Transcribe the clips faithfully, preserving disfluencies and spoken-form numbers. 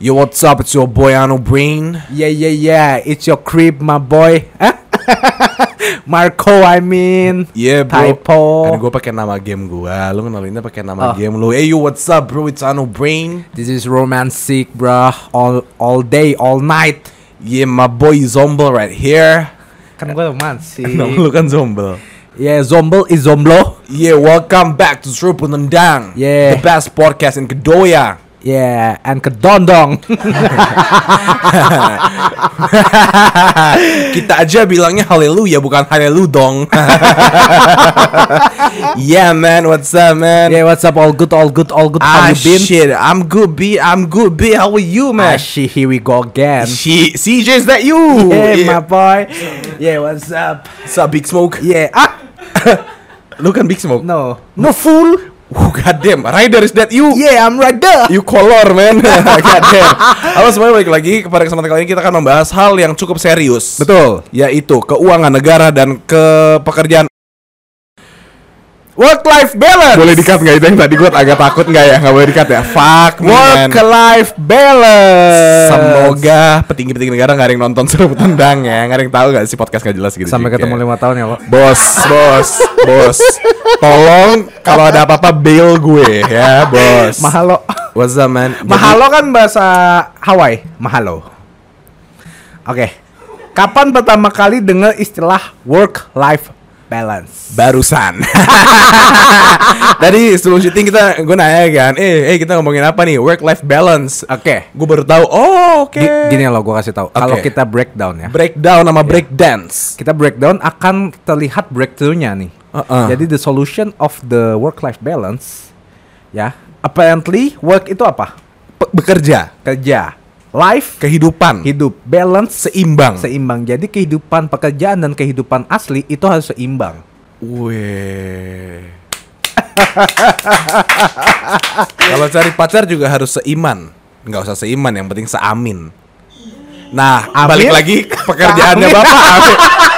Yo, what's up? It's your boy Anu Brain. Yeah, yeah, yeah. It's your crib, my boy. Marco, I mean. Yeah, bro. Typo. Kan gue pakai nama game gue. Lu kenalinnya pakai nama Oh. game lu. Hey, yo, what's up, bro? It's Anu Brain. This is romantic, bro. All all day, all night. Yeah, my boy Zombel right here. Kan gue romantic. Nama lu kan Zombel. Yeah, Zombel is Zomblo. Yeah, welcome back to Seruput Nendang. Yeah. The best podcast in Kedoya. Yeah, and kedondong. Kita aja bilangnya haleluya bukan haleludong. Yeah, man, what's up, man? Yeah, what's up? All good, all good, all good. Ah, How you been? shit, I'm good, B. I'm good, B. How are you, man? Ah, shit, here we go again. She, C J, is that you? Yeah, my boy. Yeah, what's up? What's up, Big Smoke? Yeah, ah, Lu kan Big Smoke? no, no fool. Oh, goddamn, Rider, is that you? Yeah, I'm right there. You color, man. Goddamn. Halo semuanya, balik lagi kepada kesempatan kali ini kita akan membahas hal yang cukup serius. Betul. Yaitu keuangan negara dan ke pekerjaan. Work-life balance. Boleh di-cut nggak itu yang tadi gue agak takut nggak ya? Nggak boleh di-cut ya? Fuck, man. Work-life balance. Semoga petinggi-petinggi negara nggak ada yang nonton Seruput Nendang ya. Nggak ada yang tahu nggak sih podcast nggak jelas gitu. Sampai juga. ketemu lima tahun ya, lo. Bos, bos, bos. Tolong kalau ada apa-apa bail gue ya, bos. Mahalo. What's up, man? Jadi- Mahalo kan bahasa Hawaii. Mahalo. Oke. Kapan pertama kali dengar istilah work-life balance? Barusan. Tadi sebelum syuting kita gue nanya kan, eh, eh kita ngomongin apa nih? Work life balance. Oke. Gue baru tahu. Oh, oke. Gi- Gini loh, gue kasih tahu. Oke. Kalau kita breakdown ya, Breakdown sama break dance. kita breakdown akan terlihat breakthrough-nya nih. Uh-uh. Jadi the solution of the work-life balance, ya, apparently work itu apa? Pe- bekerja, Kerja. Life, kehidupan, hidup. Balance, seimbang. seimbang. Jadi kehidupan pekerjaan dan kehidupan asli itu harus seimbang. Weh. Kalau cari pacar juga harus seiman. Nggak usah seiman, yang penting seamin. Nah, Amin? balik lagi ke pekerjaannya Amin. Bapak. Amin.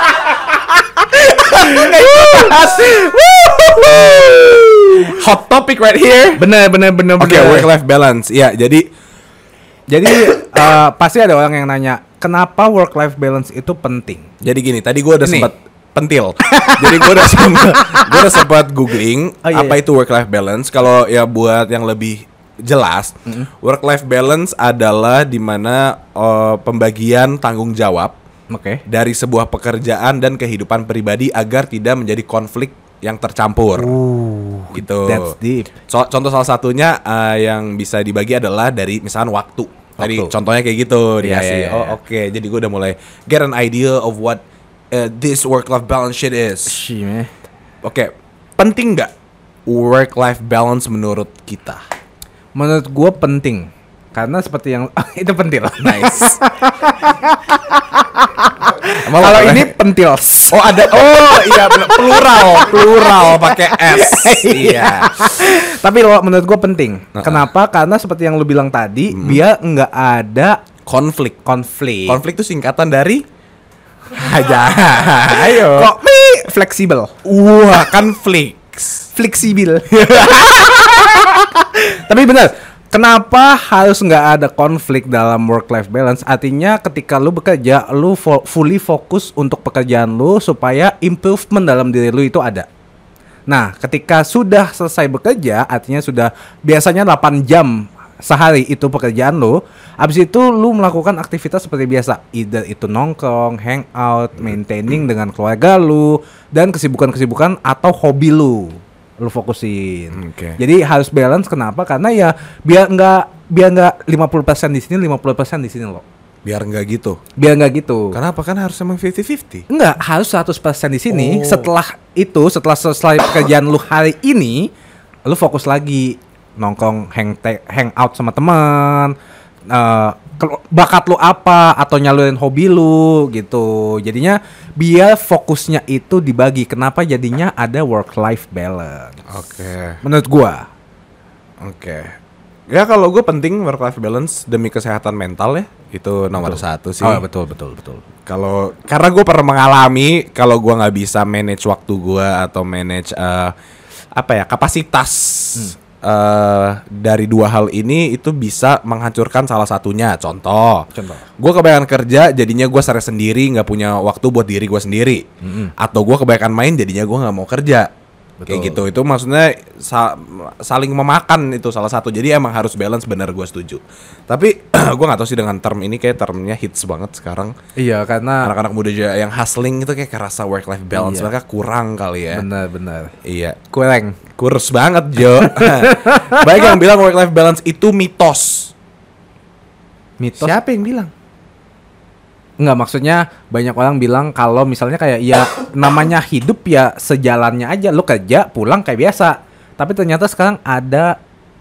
Hot topic right here. Bener, bener, bener, Oke, bener. work life balance. Ya, jadi Jadi eh, pasti ada orang yang nanya, kenapa work life balance itu penting? jadi gini, tadi gue udah Nih. sempat pentil. Jadi gue udah sempat gue udah sempat googling Oh, iya, apa iya. itu work life balance. Kalau ya buat yang lebih jelas, work life balance adalah dimana uh, pembagian tanggung jawab Oke. dari sebuah pekerjaan dan kehidupan pribadi agar tidak menjadi konflik yang tercampur. Uh, Gitu. that's deep. So- contoh salah satunya uh, yang bisa dibagi adalah dari misalkan waktu. Tadi Waktu. contohnya kayak gitu Iya, dikasih. iya, iya. Oh oke, jadi gue udah mulai get an idea of what uh, this work life balance shit is. Shit, man. Oke, penting nggak work life balance menurut kita? Menurut gue penting. Karena seperti yang itu pentil. Nice. Emang Kalau apa? ini pentil. Oh ada, oh iya bener. plural, plural pakai s. Iya. Tapi lo menurut gue penting. Uh-uh. Kenapa? Karena seperti yang lu bilang tadi, biar nggak ada Konflik. konflik. Konflik itu singkatan dari aja. Ayo. Kok mi fleksibel. Wah, kan flix. Fleksibel. Tapi benar. Kenapa harus nggak ada konflik dalam work life balance? Artinya ketika lu bekerja, lu fo- fully fokus untuk pekerjaan lu supaya improvement dalam diri lu itu ada. Nah, ketika sudah selesai bekerja, artinya sudah biasanya delapan jam sehari itu pekerjaan lu. Habis itu lu melakukan aktivitas seperti biasa, either itu nongkrong, hangout, maintaining dengan keluarga lu dan kesibukan-kesibukan atau hobi lu. Lu fokusin. Oke. Jadi harus balance. Kenapa? Karena ya biar nggak biar nggak lima puluh persen di sini, lima puluh persen di sini loh. Biar nggak gitu. Biar nggak gitu. Kenapa kan harus emang fifty fifty? Enggak, harus seratus persen di sini. Oh. Setelah itu, setelah selesai pekerjaan lu hari ini, lu fokus lagi nongkrong, hang te- hang out sama teman. eh, kelu- bakat lu apa atau nyalurin hobi lu gitu. Jadinya biar fokusnya itu dibagi. Kenapa jadinya ada work life balance? Oke. Menurut gua. Oke. Ya kalau gue penting work life balance demi kesehatan mental ya. Itu nomor satu sih. Oh, betul betul betul. Kalau karena gue pernah mengalami kalau gue nggak bisa manage waktu gue atau manage eh, apa ya kapasitas uh, dari dua hal ini itu bisa menghancurkan salah satunya. Contoh, Contoh. gue kebanyakan kerja, jadinya gue stres sendiri, nggak punya waktu buat diri gue sendiri. Mm-hmm. Atau gue kebanyakan main, jadinya gue nggak mau kerja. Betul. Kayak gitu. Itu maksudnya sa- saling memakan itu salah satu. Jadi emang harus balance, bener, gue setuju. Tapi gue nggak tahu sih dengan term ini, kayak termnya hits banget sekarang. Iya, karena anak-anak muda juga yang hustling itu kayak kerasa work life balance iya. mereka kurang kali ya. Benar-benar. Iya. Kurang. Kurus banget, Jo. Baik yang bilang work life balance itu mitos. Mitos. Siapa yang bilang? Enggak, maksudnya banyak orang bilang kalau misalnya kayak ya namanya hidup ya sejalannya aja, lu kerja pulang kayak biasa. Tapi ternyata sekarang ada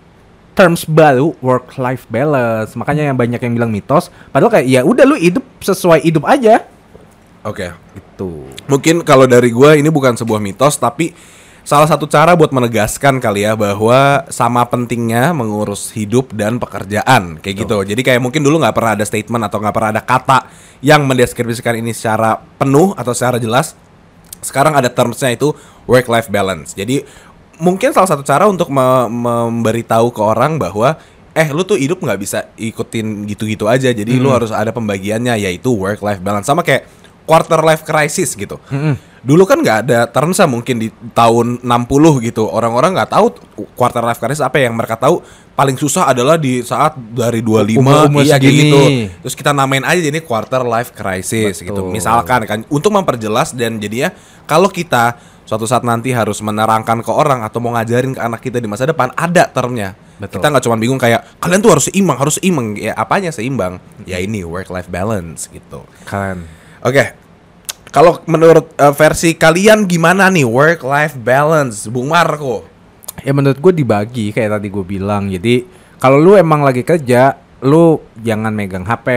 terms baru, work life balance. Makanya yang banyak yang bilang mitos, padahal kayak ya udah lu hidup sesuai hidup aja. Oke, okay. Itu. Mungkin kalau dari gua ini bukan sebuah mitos, tapi salah satu cara buat menegaskan kali ya bahwa sama pentingnya mengurus hidup dan pekerjaan kayak gitu. Jadi kayak mungkin dulu nggak pernah ada statement atau nggak pernah ada kata yang mendeskripsikan ini secara penuh atau secara jelas. Sekarang ada termsnya itu work life balance. Jadi mungkin salah satu cara untuk me- memberitahu ke orang bahwa eh lu tuh hidup nggak bisa ikutin gitu-gitu aja. Jadi hmm. lu harus ada pembagiannya, yaitu work life balance. Sama kayak quarter life crisis gitu. Hmm. Dulu kan nggak ada termsnya, mungkin di tahun enam puluh gitu. Orang-orang nggak tahu quarter life crisis apa. Yang mereka tahu paling susah adalah di saat dari dua puluh lima umur iya kayak segini. gitu. Terus kita namain aja jadi quarter life crisis. Betul. Gitu. Misalkan kan untuk memperjelas, dan jadinya kalau kita suatu saat nanti harus menerangkan ke orang atau mau ngajarin ke anak kita di masa depan, ada termnya. Betul. Kita nggak cuma bingung kayak kalian tuh harus seimbang, harus seimbang. Ya apanya seimbang? Ya ini work life balance gitu. Keren. Oke. Okay. Kalau menurut uh, versi kalian gimana nih work life balance, Bung Marco? Ya menurut gue dibagi kayak tadi gue bilang. Jadi kalau lu emang lagi kerja, lu jangan megang H P.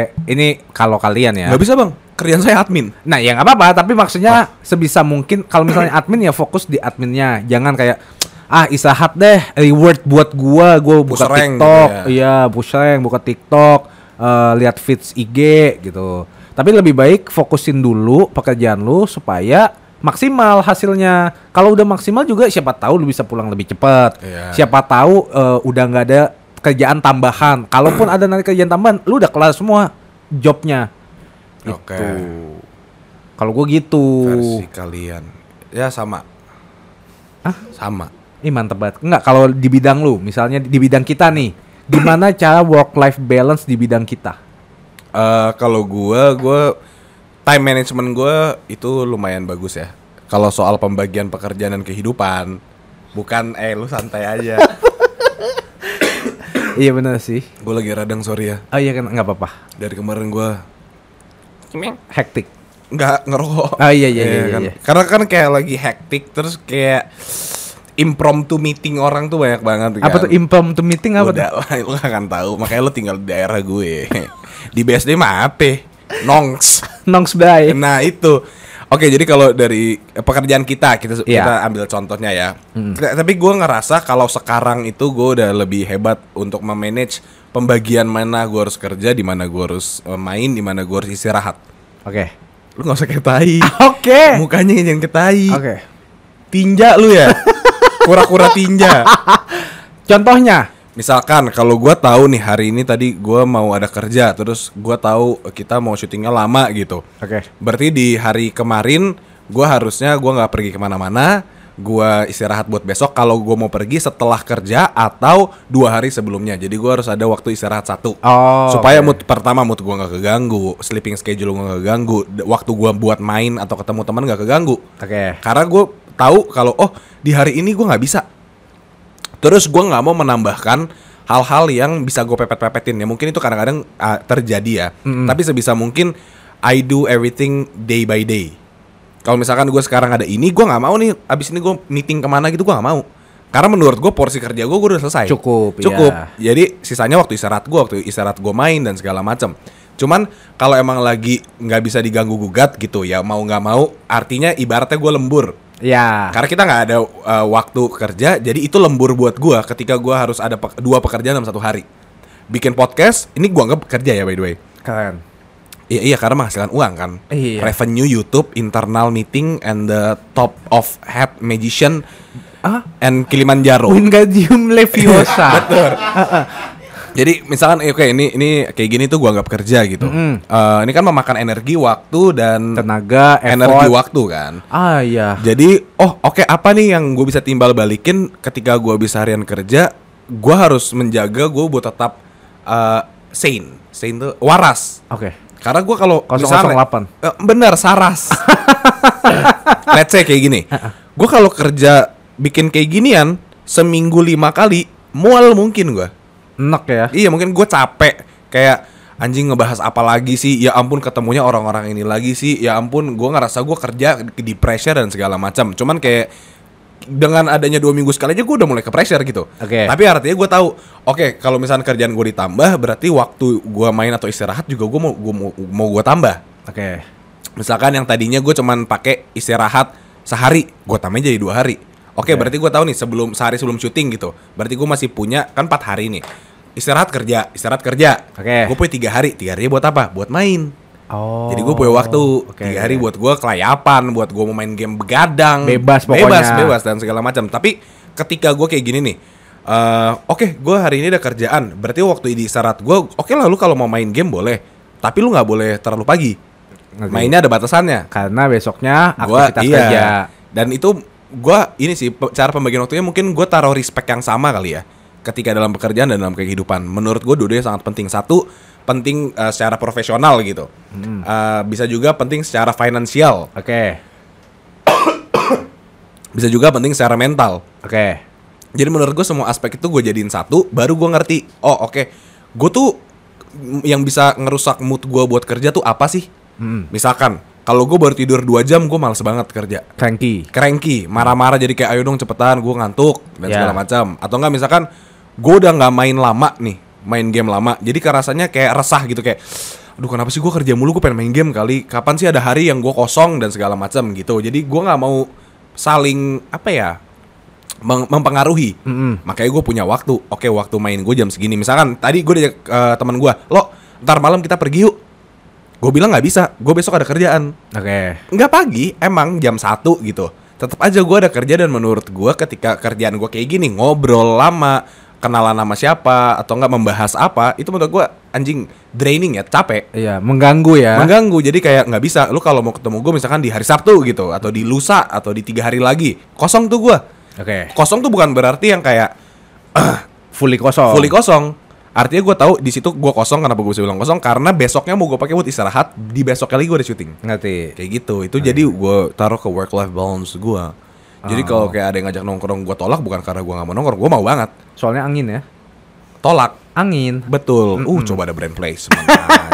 Ini kalau kalian ya. Gak bisa bang, kerjaan saya admin. Nah ya nggak apa-apa. Tapi maksudnya oh. sebisa mungkin kalau misalnya admin ya fokus di adminnya. Jangan kayak ah istirahat deh, reward buat gua, gua buka rank, TikTok, gitu ya. Iya push rank, buka TikTok, uh, lihat feeds I G gitu. Tapi lebih baik fokusin dulu pekerjaan lu supaya maksimal hasilnya. Kalau udah maksimal juga siapa tahu lu bisa pulang lebih cepat. Yeah. Siapa tahu uh, udah nggak ada kerjaan tambahan. Kalaupun ada nanti kerjaan tambahan, lu udah kelar semua jobnya. Oke. Okay. Gitu. Kalau gue gitu. Versi kalian, ya sama. Hah? Sama. Ih mantep banget. Enggak, kalau di bidang lu, misalnya di bidang kita nih, gimana cara work life balance di bidang kita? Uh, kalau gue, gue time management gue itu lumayan bagus ya. Kalau soal pembagian pekerjaan dan kehidupan, bukan eh lu santai aja. Iya benar sih. Gue lagi radang, sorry ya. Oh iya kan, nggak apa-apa. Dari kemarin gue hektik. Nggak ngerokok. Oh iya iya, iya, iya, kan? iya. Karena kan kayak lagi hektik, terus kayak impromptu meeting orang tuh banyak banget kan. Apa tuh impromptu meeting apa Udah, tuh? Lu gak akan tahu, makanya lu tinggal di daerah gue. Di B S D mah apa? Nongs. Nongs bay. Nah itu. Oke, jadi kalau dari pekerjaan kita, kita yeah. kita ambil contohnya ya. Hmm. Tapi gue ngerasa kalau sekarang itu gue udah lebih hebat untuk memanage pembagian mana gue harus kerja, di mana gue harus main, di mana gue harus istirahat. Oke. Okay. Lu nggak usah ketai. Oke. Okay. Mukanya jangan ketai. Oke. Okay. Tinja lu ya. Kura-kura tinja. Contohnya, misalkan kalau gue tahu nih hari ini tadi gue mau ada kerja, terus gue tahu kita mau syutingnya lama gitu. Oke. Okay. Berarti di hari kemarin gue harusnya gue nggak pergi kemana-mana, gue istirahat buat besok. Kalau gue mau pergi setelah kerja atau dua hari sebelumnya. Jadi gue harus ada waktu istirahat satu. Oh, supaya okay. mood pertama mood gue nggak keganggu, sleeping schedule gue nggak keganggu, waktu gue buat main atau ketemu teman nggak keganggu. Oke. Okay. Karena gue tahu kalau oh di hari ini gue nggak bisa. Terus gue nggak mau menambahkan hal-hal yang bisa gue pepet-pepetin ya. Mungkin itu kadang-kadang uh, terjadi ya. Mm-hmm. Tapi sebisa mungkin I do everything day by day. Kalau misalkan gue sekarang ada ini, gue nggak mau nih. Abis ini gue meeting kemana gitu, gue nggak mau. Karena menurut gue porsi kerja gue gue udah selesai. Cukup. Cukup. Ya. Jadi sisanya waktu istirahat gue, waktu istirahat gue main dan segala macam. Cuman kalau emang lagi nggak bisa diganggu gugat gitu ya, mau nggak mau, artinya ibaratnya gue lembur. Ya. Karena kita nggak ada uh, waktu kerja, jadi itu lembur buat gue ketika gue harus ada pe- dua pekerjaan dalam satu hari. Bikin podcast, ini gue anggap kerja ya by the way. Keren. Iya iya karena menghasilkan uang kan. Iya. Revenue YouTube, internal meeting, and the top of head magician Ah? and Kilimanjaro. Wingardium Leviosa. Betul. Jadi misalkan eh, oke ini ini kayak gini tuh gua anggap kerja gitu. Mm-hmm. Uh, ini kan memakan energi, waktu dan Tenaga, effort. energi waktu kan. Ah iya. Jadi oh oke apa nih yang gue bisa timbal balikin ketika gue bisa harian kerja? Gue harus menjaga gue buat tetap uh, sane, sane tuh waras. Oke. Okay. Karena gue kalau nol nol misalnya delapan uh, bener saras. Let's say kayak gini. Gue kalau kerja bikin kayak ginian seminggu lima kali, mual mungkin gue. Enak ya. Iya mungkin gue capek. Kayak anjing ngebahas apa lagi sih. Ya ampun ketemunya orang-orang ini lagi sih. Ya ampun gue ngerasa gue kerja di pressure dan segala macam. Cuman kayak dengan adanya dua minggu sekali aja gue udah mulai ke pressure gitu. Oke. Tapi artinya gue tahu, oke okay, kalau misalnya kerjaan gue ditambah, berarti waktu gue main atau istirahat juga gue mau gue mau, mau gue tambah. Oke. Okay. Misalkan yang tadinya gue cuman pakai istirahat sehari, gue tambahin jadi dua hari. Oke, okay, okay. Berarti gue tahu nih sebelum sehari sebelum syuting gitu. Berarti gue masih punya kan empat hari nih. Istirahat kerja, istirahat kerja. Oke. Okay. Gue punya tiga hari, tiga hari buat apa? Buat main. Oh. Jadi gue punya waktu okay. tiga hari buat gue kelayapan, buat gue mau main game begadang, bebas pokoknya. Bebas, bebas dan segala macam. Tapi ketika gue kayak gini nih, uh, oke, okay, gue hari ini ada kerjaan. Berarti waktu di istirahat gue, oke okay lah lu kalau mau main game boleh. Tapi lu nggak boleh terlalu pagi. Okay. Mainnya ada batasannya. Karena besoknya aktivitas gua, iya. kerja. Dan itu gue ini sih cara pembagian waktunya mungkin gue taruh respect yang sama kali ya. Ketika dalam pekerjaan dan dalam kehidupan, menurut gue dua-duanya sangat penting. Satu, penting uh, secara profesional gitu. Hmm. Uh, bisa juga penting secara finansial. Oke. Okay. Bisa juga penting secara mental. Oke. Okay. Jadi menurut gue semua aspek itu gue jadiin satu, baru gue ngerti. Oh oke, okay. Gue tuh yang bisa ngerusak mood gue buat kerja tuh apa sih? Hmm. Misalkan kalau gue baru tidur dua jam, gue males banget kerja. Cranky. Cranky, marah-marah jadi kayak ayo dong cepetan, gue ngantuk dan yeah. segala macam. Atau enggak misalkan gue udah nggak main lama nih, main game lama, jadi rasanya kayak resah gitu kayak, aduh kenapa sih gue kerja mulu, gue pengen main game kali. Kapan sih ada hari yang gue kosong dan segala macam gitu. Jadi gue nggak mau saling apa ya mem- mempengaruhi. Mm-hmm. Makanya gue punya waktu. Oke waktu main gue jam segini. Misalkan tadi gue diajak uh, teman gue, lo ntar malam kita pergi yuk. Gue bilang nggak bisa, gue besok ada kerjaan. Oke. Okay. Nggak pagi, emang jam satu gitu. Tetap aja gue ada kerja dan menurut gue ketika kerjaan gue kayak gini, ngobrol lama, kenalan nama siapa atau nggak membahas apa, itu menurut gue anjing draining ya, capek. Iya, mengganggu ya. Mengganggu, jadi kayak nggak bisa. Lu kalau mau ketemu gue misalkan di hari Sabtu gitu, atau di lusa, atau di tiga hari lagi, kosong tuh gue. Oke. Okay. Kosong tuh bukan berarti yang kayak uh, fully kosong. Fully kosong. Artinya gue tahu di situ gue kosong. Kenapa gue bisa bilang kosong? Karena besoknya mau gue pakai buat istirahat. Di besoknya lagi gue ada syuting. Ngerti. Kayak gitu. Itu hmm. jadi gue taruh ke work life balance gue. Jadi oh. kalau kayak ada yang ngajak nongkrong, gue tolak bukan karena gue nggak mau nongkrong. Gue mau banget. Soalnya angin ya. Tolak. Angin. Betul. Mm-mm. Uh coba ada brand placement.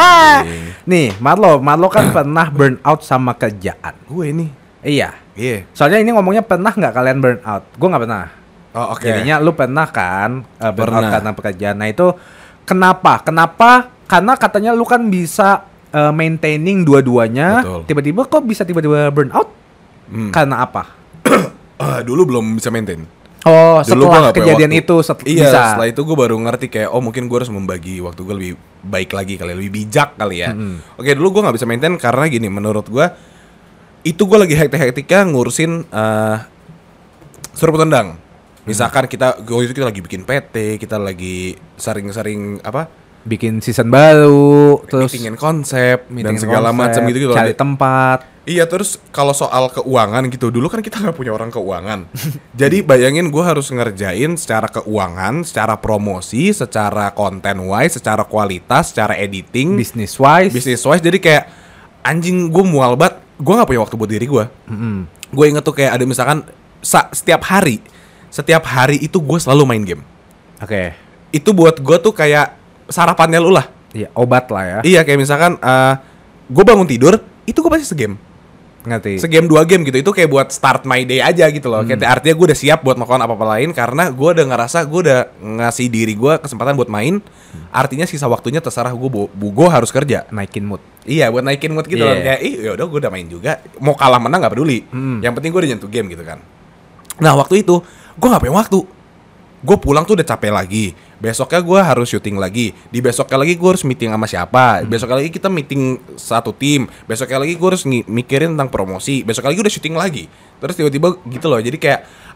Nih, Marlo, Marlo kan pernah burn out sama kerjaan. Gue ini. Iya. Iya. Yeah. Soalnya ini ngomongnya pernah nggak kalian burn out? Gue nggak pernah. Oh oke. Okay. Jadinya lu pernah kan uh, burn pernah. out karena pekerjaan. Nah itu kenapa? Kenapa? Karena katanya lu kan bisa uh, maintaining dua-duanya. Betul. Tiba-tiba kok bisa tiba-tiba burn out? Hmm. Karena apa? uh, dulu belum bisa maintain. Oh, dulu setelah kejadian itu set- iya, bisa. Setelah itu gue baru ngerti kayak oh mungkin gue harus membagi waktu gue lebih baik lagi kali, lebih bijak kali ya. Mm-hmm. Oke, dulu gue nggak bisa maintain karena gini, menurut gue itu gue lagi hektik-hektiknya ngurusin uh, suruh tendang. Misalkan kita waktu itu kita lagi bikin P T, kita lagi sering-sering apa? Bikin season baru, terus meetingin konsep dan segala macam gitu-gitu. Cari tempat. Iya, terus kalau soal keuangan gitu, dulu kan kita nggak punya orang keuangan. Jadi bayangin gue harus ngerjain secara keuangan, secara promosi, secara content wise, secara kualitas, secara editing, business wise, business wise. Jadi kayak anjing gue mual banget. Gue nggak punya waktu buat diri gue. Mm-hmm. Gue inget tuh kayak ada misalkan sa- setiap hari, setiap hari itu gue selalu main game. Oke. Okay. Itu buat gue tuh kayak sarapannya lu lah. Iya, obat lah ya. Iya, kayak misalkan uh, gue bangun tidur, itu gue pasti segame. Ngerti. Segame dua game gitu. Itu kayak buat start my day aja gitu loh. Hmm. Kayak artinya gue udah siap buat melakukan apa-apa lain karena gue udah ngerasa gue udah ngasih diri gue kesempatan buat main. Hmm. Artinya sisa waktunya terserah gue, bu, gue harus kerja. Naikin mood. Iya, buat naikin mood gitu yeah. loh. Kayak ih yaudah gue udah main juga. Mau kalah menang gak peduli. Hmm. Yang penting gue udah nyentuh game gitu kan. Nah waktu itu gue gak punya waktu. Gue pulang tuh udah capek lagi. Besoknya gue harus syuting lagi. Di besoknya lagi gue harus meeting sama siapa. Besoknya lagi kita meeting satu tim. Besoknya lagi gue harus ng- mikirin tentang promosi. Besoknya lagi udah syuting lagi. Terus tiba-tiba gitu loh. Jadi kayak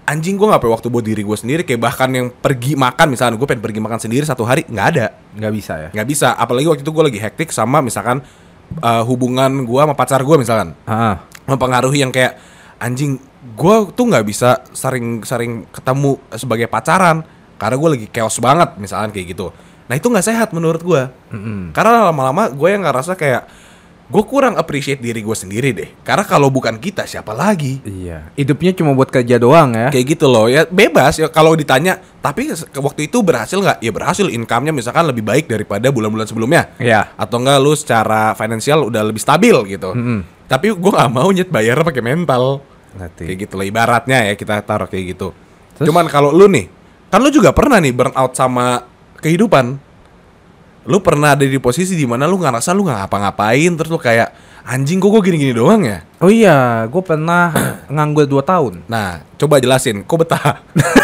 anjing gue nggak punya waktu buat diri gue sendiri. Kayak bahkan yang pergi makan, misalkan gue pengen pergi makan sendiri satu hari, nggak ada. Nggak bisa ya? Nggak bisa. Apalagi waktu itu gue lagi hektik sama misalkan uh, hubungan gue sama pacar gue misalkan. Ah. Mempengaruhi yang kayak anjing gue tuh nggak bisa sering-sering ketemu sebagai pacaran karena gue lagi chaos banget misalkan kayak gitu. Nah itu nggak sehat menurut gue. Mm-hmm. Karena lama-lama gue yang ngerasa kayak gue kurang appreciate diri gue sendiri deh. Karena kalau bukan kita siapa lagi? Iya. Hidupnya cuma buat kerja doang ya. Kayak gitu loh ya, bebas ya kalau ditanya. Tapi waktu itu berhasil nggak? Ya berhasil, income-nya misalkan lebih baik daripada bulan-bulan sebelumnya. Iya. Atau enggak lu secara finansial udah lebih stabil gitu. Mm-hmm. Tapi gue nggak mau nyet bayar pakai mental. Ngerti. Kayak gitu lah ibaratnya ya, kita taruh kayak gitu. Terus? Cuman kalau lu nih, kan lu juga pernah nih burn out sama kehidupan. Lu pernah ada di posisi di mana lu ngerasa lu nggak ngapa-ngapain, terus lu kayak anjing kok gue gini-gini doang ya? Oh iya, gue pernah nganggur dua tahun. Nah, coba jelasin, kok betah?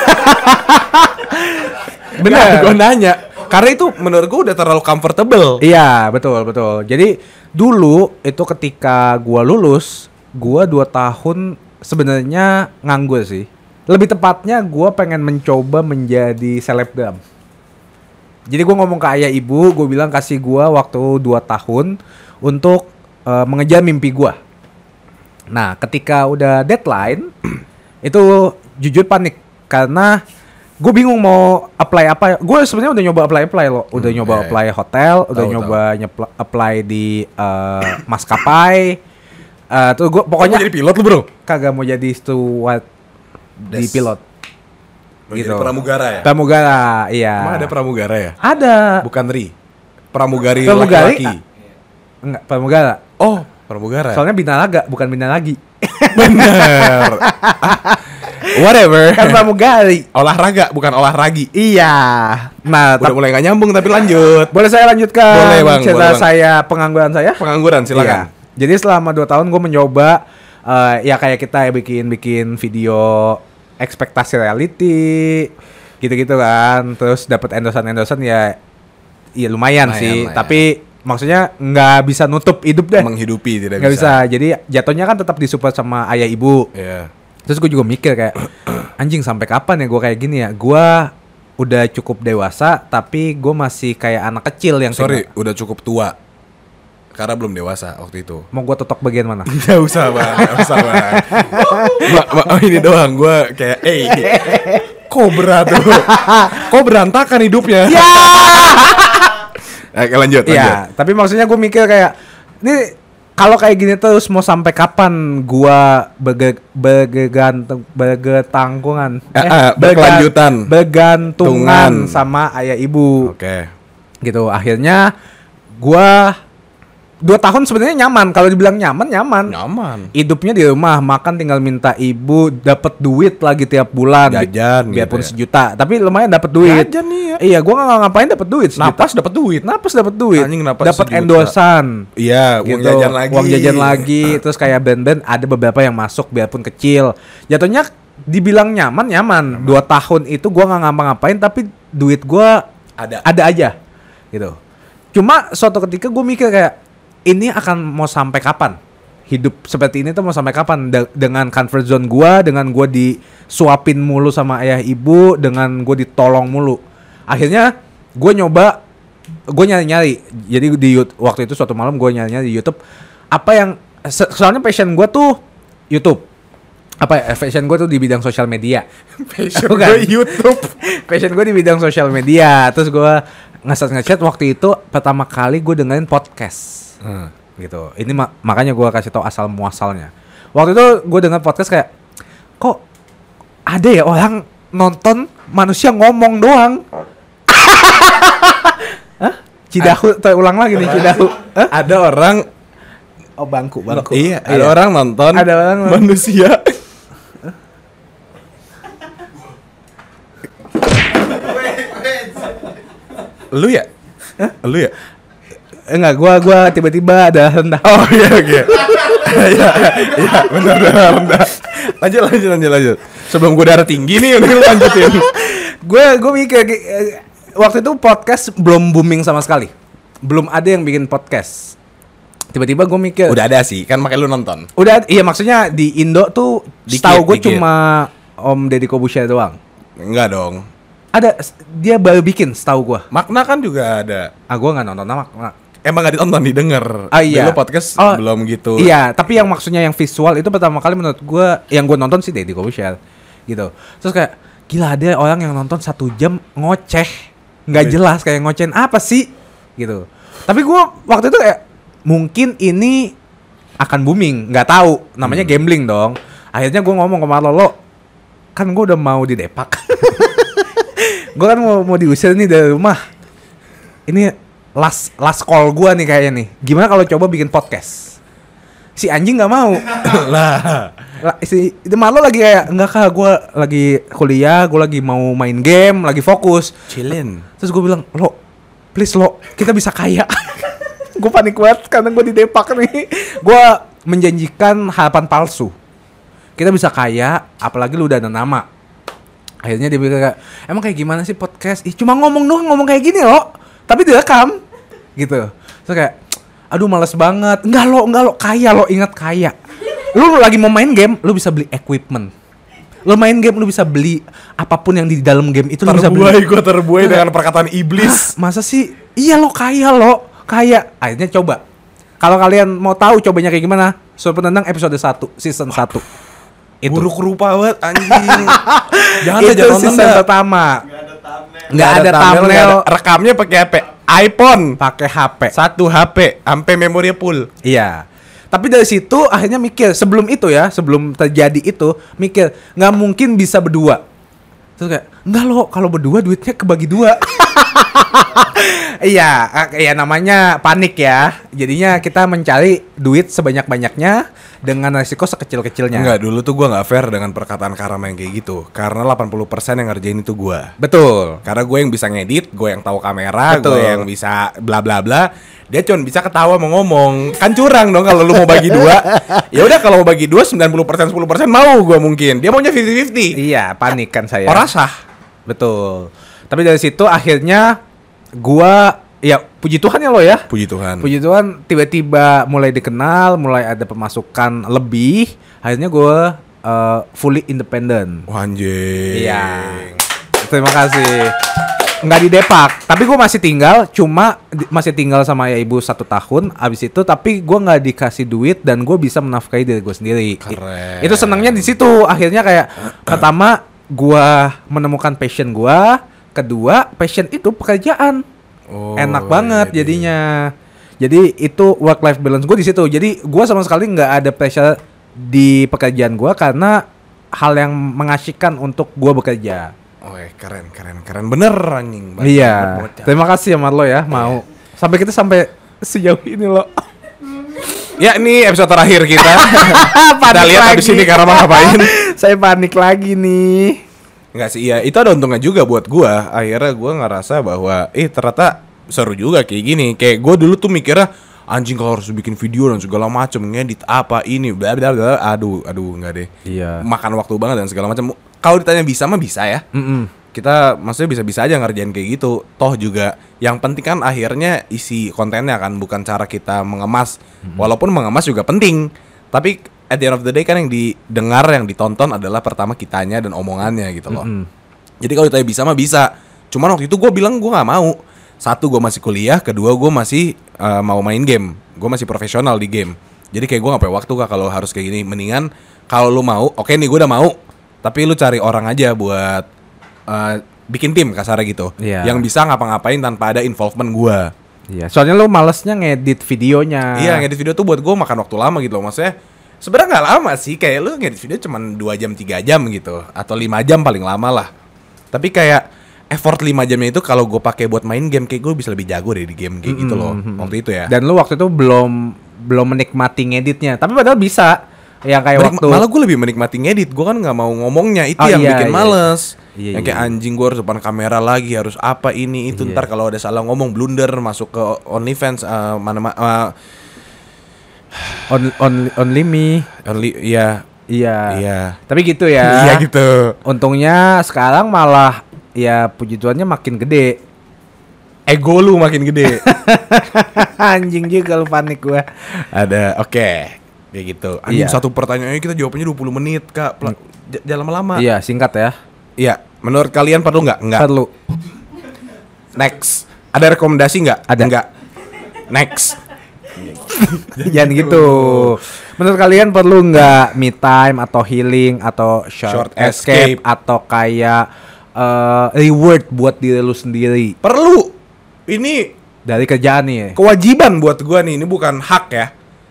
Bener. Gue nanya, karena itu menurut gue udah terlalu comfortable. Iya, betul betul. Jadi dulu itu ketika gue lulus, gue dua tahun sebenarnya nganggur sih. Lebih tepatnya gue pengen mencoba menjadi selebgram. Jadi gue ngomong ke ayah ibu, gue bilang kasih gue waktu dua tahun untuk uh, mengejar mimpi gue. Nah ketika udah deadline, itu jujur panik. Karena gue bingung mau apply apa. Gue sebenarnya udah nyoba apply-apply loh. Udah hmm, nyoba yeah, apply hotel, tau, udah nyoba nyepl- apply di uh, maskapai. Uh, tuh gue pokoknya mau jadi pilot lu bro? Kagak mau jadi steward di pilot. Gitu. Jadi pramugara ya? Pramugara, iya. Emang ada pramugara ya? Ada. Bukan Ri. Pramugari, pramugari laki-laki. Enggak, pramugara. Oh, pramugara. Soalnya bina laga, bukan bina lagi. Bener. Whatever. Kan pramugari. Olahraga, bukan olahragi. Iya. Nah, udah mulai gak nyambung tapi lanjut. Boleh saya lanjutkan? Boleh bang. Cerita boleh, bang. saya, pengangguran saya? Pengangguran, silakan. Iya. Jadi selama dua tahun gue mencoba, uh, ya kayak kita ya bikin-bikin video ekspektasi reality gitu-gitu kan, terus dapat endorsan-endorsan ya ya lumayan, lumayan sih lumayan. Tapi maksudnya nggak bisa nutup hidup deh, menghidupi tidak nggak bisa. bisa jadi jatuhnya kan tetap disupport sama ayah ibu. Yeah. Terus gue juga mikir kayak anjing sampai kapan ya gue kayak gini ya, gue udah cukup dewasa tapi gue masih kayak anak kecil yang sorry tinggal. Udah cukup tua karena belum dewasa waktu itu. Mau gue totok bagian mana? Gak usah bang, gak usah bang. ma, ma, oh ini doang, gue kayak, eh, kok berat tuh, kok berantakan hidupnya. Ya. Oke lanjut, lanjut. Ya, tapi maksudnya gue mikir kayak, ini kalau kayak gini terus mau sampai kapan gue bege, begegantung, begetanggungan, eh, eh, berkelanjutan, bergantungan sama ayah ibu. Oke. Okay. Gitu, akhirnya gue dua tahun sebenarnya nyaman. Kalau dibilang nyaman, nyaman. Nyaman. Hidupnya di rumah, makan tinggal minta ibu, dapat duit lagi tiap bulan. Jajan bi- biarpun gitu ya. sejuta, tapi lumayan dapat duit. Jajan nih ya. Iya, gua nggak ngapain dapat duit. Napas dapat duit. Napas dapat duit. Dapat endorsan. Iya, gitu. uang jajan lagi. Uang jajan lagi. Terus kayak band-band ada beberapa yang masuk biarpun kecil. Jatuhnya dibilang nyaman, nyaman. nyaman. Dua tahun itu gua nggak ngapa-ngapain, tapi duit gua ada, ada aja. Gitu. Cuma suatu ketika gua mikir kayak ini akan mau sampai kapan? Hidup seperti ini tuh mau sampai kapan? De- dengan comfort zone gua, dengan gua disuapin mulu sama ayah ibu, dengan gua ditolong mulu. Akhirnya gua nyoba, gua nyari-nyari. Jadi di waktu itu suatu malam gua nyari-nyari di YouTube apa yang soalnya passion gua tuh YouTube. Apa ya? Passion gua tuh di bidang sosial media. Passion gua YouTube. Passion gua di bidang sosial media. Terus gua ngeset-ngeset waktu itu pertama kali gua dengerin podcast. Hmm, gitu. Ini ma- makanya gue kasih tau asal muasalnya. Waktu itu gue dengar podcast kayak, kok ada ya orang nonton manusia ngomong doang. Hah? Cidahu, A- ulang lagi nih Cidahu. Hah? Ada orang, oh bangku, bangku. Iya, iya. Ada orang nonton, ada orang manusia. Lu ya? Hah? Lu ya? Enggak, gua gua tiba-tiba ada rendah. Oh iya oke. Iya iya benar benar rendah. Lanjut lanjut lanjut lanjut. Sebelum gua darah tinggi nih, udah lanjutin. Gua gua mikir waktu itu podcast belum booming sama sekali. Belum ada yang bikin podcast. Tiba-tiba gue mikir udah ada sih, kan makanya lu nonton. Udah, iya maksudnya di Indo tuh setahu gue cuma Om Deddy Corbuzier doang? Enggak dong. Ada, dia baru bikin setahu gua. Makna kan juga ada. Ah, gua nggak nonton Makna. Emang gak ditonton, didengar. Ah, iya. Dulu podcast Oh, belum gitu. Iya, tapi yang maksudnya yang visual itu pertama kali menurut gua, yang gua nonton sih Deddy Corbuzier gitu. Terus kayak gila, ada orang yang nonton satu jam ngoceh, nggak jelas, kayak ngocehin apa sih gitu. Tapi gua waktu itu kayak mungkin ini akan booming, nggak tahu, namanya hmm. gambling dong. Akhirnya gua ngomong ke Marlo, kan gua udah mau didepak. Gua kan mau mau diusir nih dari rumah. Ini last last call gua nih kayaknya nih. Gimana kalau coba bikin podcast? Si anjing nggak mau. Lah, si itu Marlo lagi kayak enggak kah, gue lagi kuliah, gue lagi mau main game, lagi fokus, chillin. Terus gue bilang, lo please lo, kita bisa kaya. Gue panik banget karena gue didepak nih. Gue menjanjikan harapan palsu, kita bisa kaya, apalagi lu udah ada nama. Akhirnya dia bilang kayak, emang kayak gimana sih podcast? Ih, cuma ngomong doang, ngomong kayak gini lo, tapi direkam gitu. Terus kayak, aduh males banget. Enggak lo, enggak lo, kaya lo, ingat kaya. Lu lagi mau main game, lu bisa beli equipment. Lu main game, lu bisa beli apapun yang di dalam game itu. Lu bisa beli. Terbuai, gue terbuai dengan perkataan iblis. Hah, masa sih? Iya lo kaya lo, kaya. Akhirnya coba. Kalau kalian mau tahu cobanya kayak gimana, Sudut Penendang episode satu, season satu. Itu. Buruk rupa banget anjing. Jangan itu jangan season nonton pertama. Nggak ada thumbnail, rekamnya pakai H P iPhone, pakai H P. Satu H P, sampai memori full. Iya. Tapi dari situ akhirnya mikir, sebelum itu ya, sebelum terjadi itu, mikir nggak mungkin bisa berdua. Terus kayak, enggak loh, kalau berdua duitnya kebagi dua. Iya, ya namanya panik ya. Jadinya kita mencari duit sebanyak-banyaknya dengan resiko sekecil-kecilnya. Enggak, dulu tuh gue gak fair dengan perkataan Karama yang kayak gitu. Karena delapan puluh persen yang ngerjain itu gue. Betul. Karena gue yang bisa ngedit, gue yang tahu kamera, Betul. gue yang bisa bla bla bla. Dia cuma bisa ketawa mau ngomong. Kan curang dong kalau lu mau bagi dua. Ya udah, kalau mau bagi dua sembilan puluh persen sepuluh persen mau gue mungkin. Dia maunya lima puluh lima puluh. Iya, panik kan saya. Orang sah. Betul. Tapi dari situ akhirnya gua, ya puji Tuhan ya lo ya. Puji Tuhan. Puji Tuhan tiba-tiba mulai dikenal, mulai ada pemasukan lebih. Akhirnya gua uh, fully independent. Wah, anjing. Iya. Terima kasih. Nggak didepak, tapi gue masih tinggal, cuma di, masih tinggal sama ya ibu satu tahun. Abis itu, tapi gue nggak dikasih duit dan gue bisa menafkahi diri gue sendiri. Keren. Itu senangnya di situ. Akhirnya kayak pertama gue menemukan passion gue, kedua passion itu pekerjaan. Oh, enak banget jadi. jadinya. Jadi itu work life balance gue di situ. Jadi gue sama sekali nggak ada pressure di pekerjaan gue karena hal yang mengasyikkan untuk gue bekerja. Oh, keren, keren, keren. Bener anjing. Iya. Terima kasih ya Marlo ya, mau. Sampai kita sampai sejauh ini lo. Ya, ini episode terakhir kita. Kita lihat abis ini Karama ngapain. Saya panik lagi nih. Enggak sih, iya. Itu ada untungnya juga buat gua. Akhirnya gua ngerasa bahwa eh ternyata seru juga kayak gini. Kayak gua dulu tuh mikirnya anjing kalau harus bikin video dan segala macam, ngedit apa ini, bla bla bla. Aduh, aduh enggak deh. Iya. Makan waktu banget dan segala macam. Kalau ditanya bisa mah bisa ya. Mm-mm. Kita maksudnya bisa-bisa aja ngerjain kayak gitu. Toh juga yang penting kan akhirnya isi kontennya kan, bukan cara kita mengemas. Mm-hmm. Walaupun mengemas juga penting, tapi at the end of the day kan yang didengar, yang ditonton adalah pertama kitanya dan omongannya gitu loh. Mm-hmm. Jadi kalau ditanya bisa mah bisa. Cuman waktu itu gue bilang gue nggak mau. Satu, gue masih kuliah. Kedua, gue masih uh, mau main game. Gue masih profesional di game. Jadi kayak gue nggak punya waktu kak kalau harus kayak gini. Mendingan kalau lu mau, oke okay nih gue udah mau. Tapi lu cari orang aja buat uh, bikin tim kasarnya gitu. Yeah. Yang bisa ngapa-ngapain tanpa ada involvement gua. Iya. Yeah. Soalnya lu malesnya ngedit videonya. Iya, ngedit video tuh buat gua makan waktu lama gitu loh. Maksudnya sebenarnya nggak lama sih. Kayak lu ngedit video cuma dua jam tiga jam gitu, atau lima jam paling lama lah. Tapi kayak effort lima jamnya itu kalau gua pakai buat main game, kayak gua bisa lebih jago deh di game kayak mm-hmm. gitu loh. Waktu itu ya. Dan lu waktu itu belum belum menikmati ngeditnya. Tapi padahal bisa. Yang kayak Menik- waktu malah gue lebih menikmati ngedit. Gue kan gak mau ngomongnya. Itu oh, yang iya, bikin iya. males iya, Yang kayak iya. anjing gue harus depan kamera lagi, harus apa ini itu. Iya. Ntar kalau ada salah ngomong blunder masuk ke OnlyFans uh, mana uh, on, on, Only me only, iya. Iya Iya. Tapi gitu ya. Iya gitu. Untungnya sekarang malah ya puji Tuhannya makin gede. Ego lu makin gede. Anjing juga lu, panik gue. Ada, oke okay. Kayak gitu. Anjing iya. Satu pertanyaannya kita jawabnya dua puluh menit kak. Pla- j- jangan lama-lama. Iya, singkat ya. Iya, menurut kalian perlu nggak? Nggak. Perlu. Next. Ada rekomendasi nggak? Ada. Nggak. Next. Jangan gitu. Menurut kalian perlu nggak me time atau healing atau short, Short escape, escape. atau kayak eh, reward buat diri lu sendiri Perlu. Ini dari kerjaan nih? kewajiban buat gua nih. Ini bukan hak ya.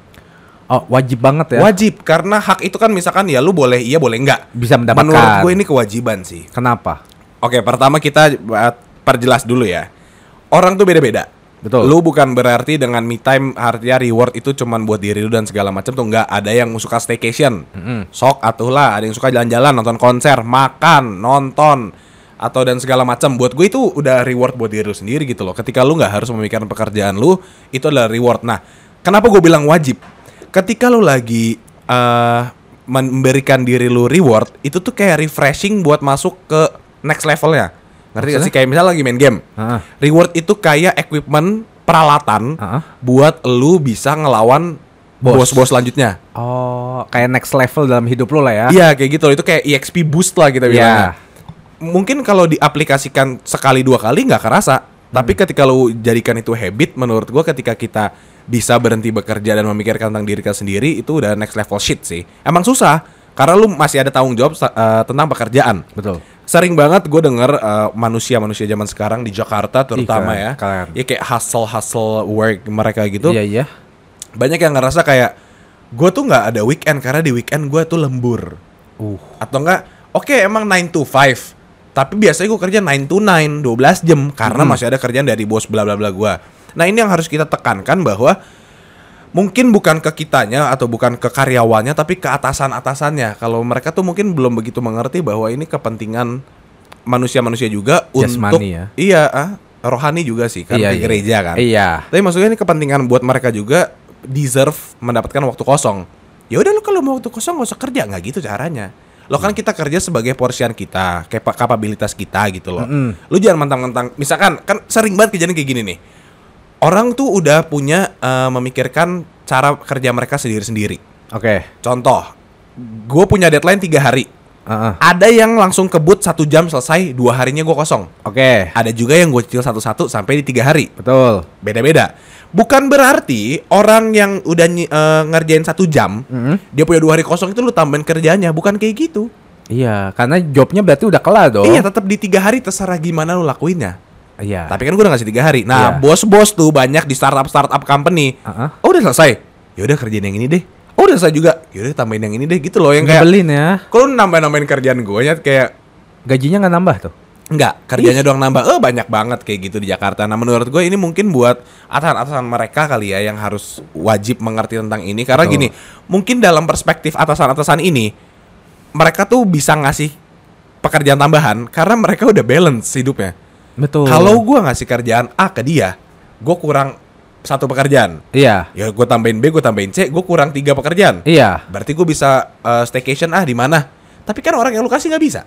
Oh, wajib banget ya. Wajib, karena hak itu kan misalkan ya lu boleh iya boleh enggak. Bisa mendapatkan. Menurut gue ini kewajiban sih. Kenapa? Oke, pertama kita uh, perjelas dulu ya. Orang tuh beda-beda. Betul. Lu bukan berarti dengan me time artinya reward itu cuman buat diri lu dan segala macam tuh enggak. Ada yang suka staycation. Mm-mm. Sok atuh lah, ada yang suka jalan-jalan, nonton konser, makan, nonton atau dan segala macam. Buat gue itu udah reward buat diri lu sendiri gitu loh. Ketika lu nggak harus memikirkan pekerjaan lu, itu adalah reward. Nah, kenapa gue bilang wajib? Ketika lu lagi uh, memberikan diri lu reward, itu tuh kayak refreshing buat masuk ke next levelnya. Ngerti gak sih? Kayak misalnya lagi main game. Ha-ha. Reward itu kayak equipment, peralatan Ha-ha. buat lu bisa ngelawan Bos. bos-bos selanjutnya. Oh, kayak next level dalam hidup lu lah ya. Iya kayak gitu loh. Itu kayak E X P boost lah kita Iya. bilangnya. Mungkin kalau diaplikasikan sekali dua kali nggak kerasa. Tapi ketika lu jadikan itu habit, menurut gua ketika kita bisa berhenti bekerja dan memikirkan tentang diri kita sendiri, itu udah next level shit sih. Emang susah karena lu masih ada tanggung jawab uh, tentang pekerjaan. Betul. Sering banget gue denger uh, manusia-manusia zaman sekarang di Jakarta terutama Ih, ya, keren. ya kayak hustle-hustle work mereka gitu. Iya, iya. Banyak yang ngerasa kayak gue tuh nggak ada weekend karena di weekend gue tuh lembur. Uh. Atau enggak, oke emang nine to five, tapi biasanya gue kerja nine to nine, dua belas jam karena Hmm. masih ada kerjaan dari bos bla bla bla gue. Nah ini yang harus kita tekankan bahwa mungkin bukan ke kitanya atau bukan ke karyawannya, tapi ke atasan-atasannya. Kalau mereka tuh mungkin belum begitu mengerti bahwa ini kepentingan manusia-manusia juga Jasmani untuk ya. iya, ah, rohani juga sih kan Iya, di iya. gereja kan. Iya. Tapi maksudnya ini kepentingan buat mereka juga deserve mendapatkan waktu kosong. Ya udah lu kalau mau waktu kosong gak usah kerja, nggak gitu caranya. Lo kan kita kerja sebagai porsian kita, kayak kapabilitas kita gitu loh. Mm-mm. Lu jangan mentang-mentang, misalkan kan sering banget kejadian kayak gini nih. Orang tuh udah punya eh, memikirkan cara kerja mereka sendiri-sendiri. Oke. Contoh, gue punya deadline tiga hari. Heeh. Ada yang langsung kebut satu jam selesai, dua harinya gue kosong. Oke. Ada juga yang gue cicil satu-satu sampai di tiga hari. Betul. Beda-beda. Bukan berarti orang yang udah nyi- eh, ngerjain satu jam, Mm-mm. dia punya dua hari kosong itu lu tambahin kerjanya. Bukan kayak gitu. Iya, karena jobnya berarti udah kelar dong. Iya, tetap di tiga hari terserah gimana lu lakuinnya. Iya. Tapi kan gue udah ngasih tiga hari. Iya. Nah, bos-bos tuh banyak di startup-startup company. Heeh. Oh, udah selesai. Ya udah kerjain yang ini deh. Oh, udah selesai juga. Ya udah tambahin yang ini deh gitu loh yang kayak Nyebelin ya. kalau lu nambah-nambahin kerjaan gue nya kayak Gajinya nggak nambah tuh. enggak, kerjanya doang nambah. Eh banyak banget kayak gitu di Jakarta. Nah, menurut gue ini mungkin buat atasan-atasan mereka kali ya yang harus wajib mengerti tentang ini karena Betul. gini, mungkin dalam perspektif atasan-atasan ini mereka tuh bisa ngasih pekerjaan tambahan karena mereka udah balance hidupnya. Betul. Kalau gue ngasih kerjaan A ke dia, gue kurang satu pekerjaan. Iya. Ya gue tambahin B, gue tambahin C, gue kurang tiga pekerjaan. Iya. Berarti gue bisa uh, staycation ah di mana? Tapi kan orang yang lu kasih nggak bisa.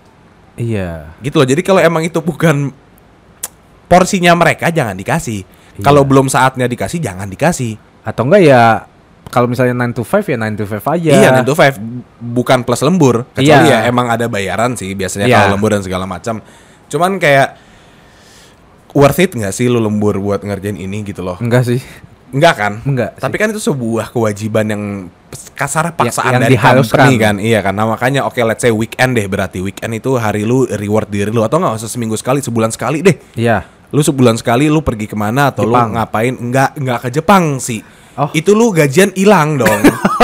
Iya. Gitu loh. Jadi kalau emang itu bukan porsinya mereka, jangan dikasih. Iya. Kalau belum saatnya dikasih, jangan dikasih. Atau enggak ya kalau misalnya nine to five ya nine to five aja. Iya, nine to five bukan plus lembur. Kecuali Iya. ya emang ada bayaran sih biasanya Iya. kalau lembur dan segala macam. Cuman kayak worth it nggak sih lu lembur buat ngerjain ini gitu loh? Enggak sih. Enggak kan? Enggak Tapi kan itu sebuah kewajiban yang kasar paksaan yang dari diharuskan. company kan. Iya kan. Nah makanya oke let's say weekend deh berarti. Weekend itu hari lu reward diri lu. Atau nggak usah seminggu sekali, sebulan sekali deh. Iya. Lu sebulan sekali lu pergi kemana atau Jepang. lu ngapain? Enggak, enggak ke Jepang sih. Oh. Itu lu gajian hilang dong.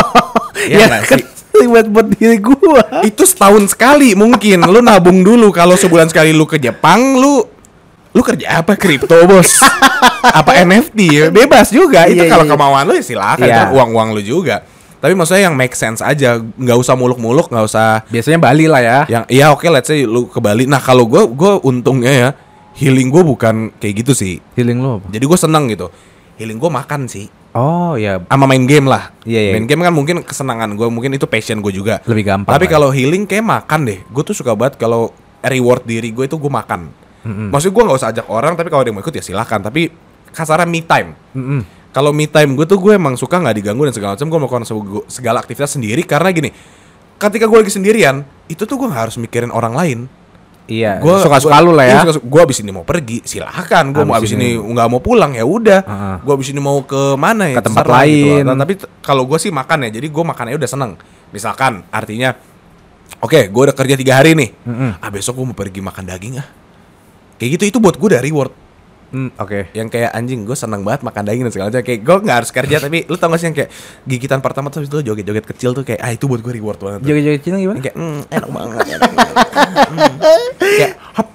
Iya Ya nggak kan sih? buat buat diri gua. Itu setahun sekali mungkin. Lu nabung dulu. Kalau sebulan sekali lu ke Jepang, lu lu kerja apa? Kripto bos? Apa N F T? Ya, bebas juga. Itu Iya, kalau iya. kemauan lu ya silakan. Iya. Itu kan uang-uang lu juga. Tapi maksudnya yang make sense aja. Nggak usah muluk-muluk, nggak usah. Biasanya Bali lah ya. Yang iya oke let's say lu ke Bali. Nah kalau gue gue untungnya ya healing gue bukan kayak gitu sih. Healing lo apa? Jadi gue seneng gitu. Healing gue makan sih. Oh ya Sama main game lah. Iya, iya. Main game kan mungkin kesenangan gue, mungkin itu passion gue juga. lebih gampang. Tapi lah. kalau healing kayak makan deh. Gue tuh suka banget kalau reward diri gue itu gue makan. Mm-mm. Maksudnya gue nggak usah ajak orang, tapi kalau ada yang mau ikut ya silahkan. Tapi kasarnya me time. Mm-mm. Kalau me time gue tuh gue emang suka nggak diganggu dan segala macam. Gue melakukan segu- segala aktivitas sendiri karena gini. ketika gue lagi sendirian, itu tuh gue nggak harus mikirin orang lain. Iya, Gua suka-suka lu lah ya. Iya, gue abis ini mau pergi, silahkan. Gue mau abis ini ini. nggak mau pulang ya udah. Uh-huh. Gue abis ini mau ke mana ya? Ke tempat terserah lain. Nah, tapi t- kalau gue sih makan ya, jadi gue makannya udah seneng. Misalkan, artinya, oke, okay, gue udah kerja tiga hari nih. Mm-mm. Ah besok gue mau pergi makan daging ah. Kayak gitu, itu buat gue udah reward. Hmm, Oke. Yang kayak anjing, gue seneng banget makan daging dan segala macam. Kayak gue nggak harus kerja, tapi lu tau gak sih yang kayak gigitan pertama tuh itu joget-joget kecil tuh kayak ah itu buat gue reward banget. Tuh. Joget-joget Cina gimana? Yang kayak mm, enak banget. Enak banget. Mm. Kayak hop.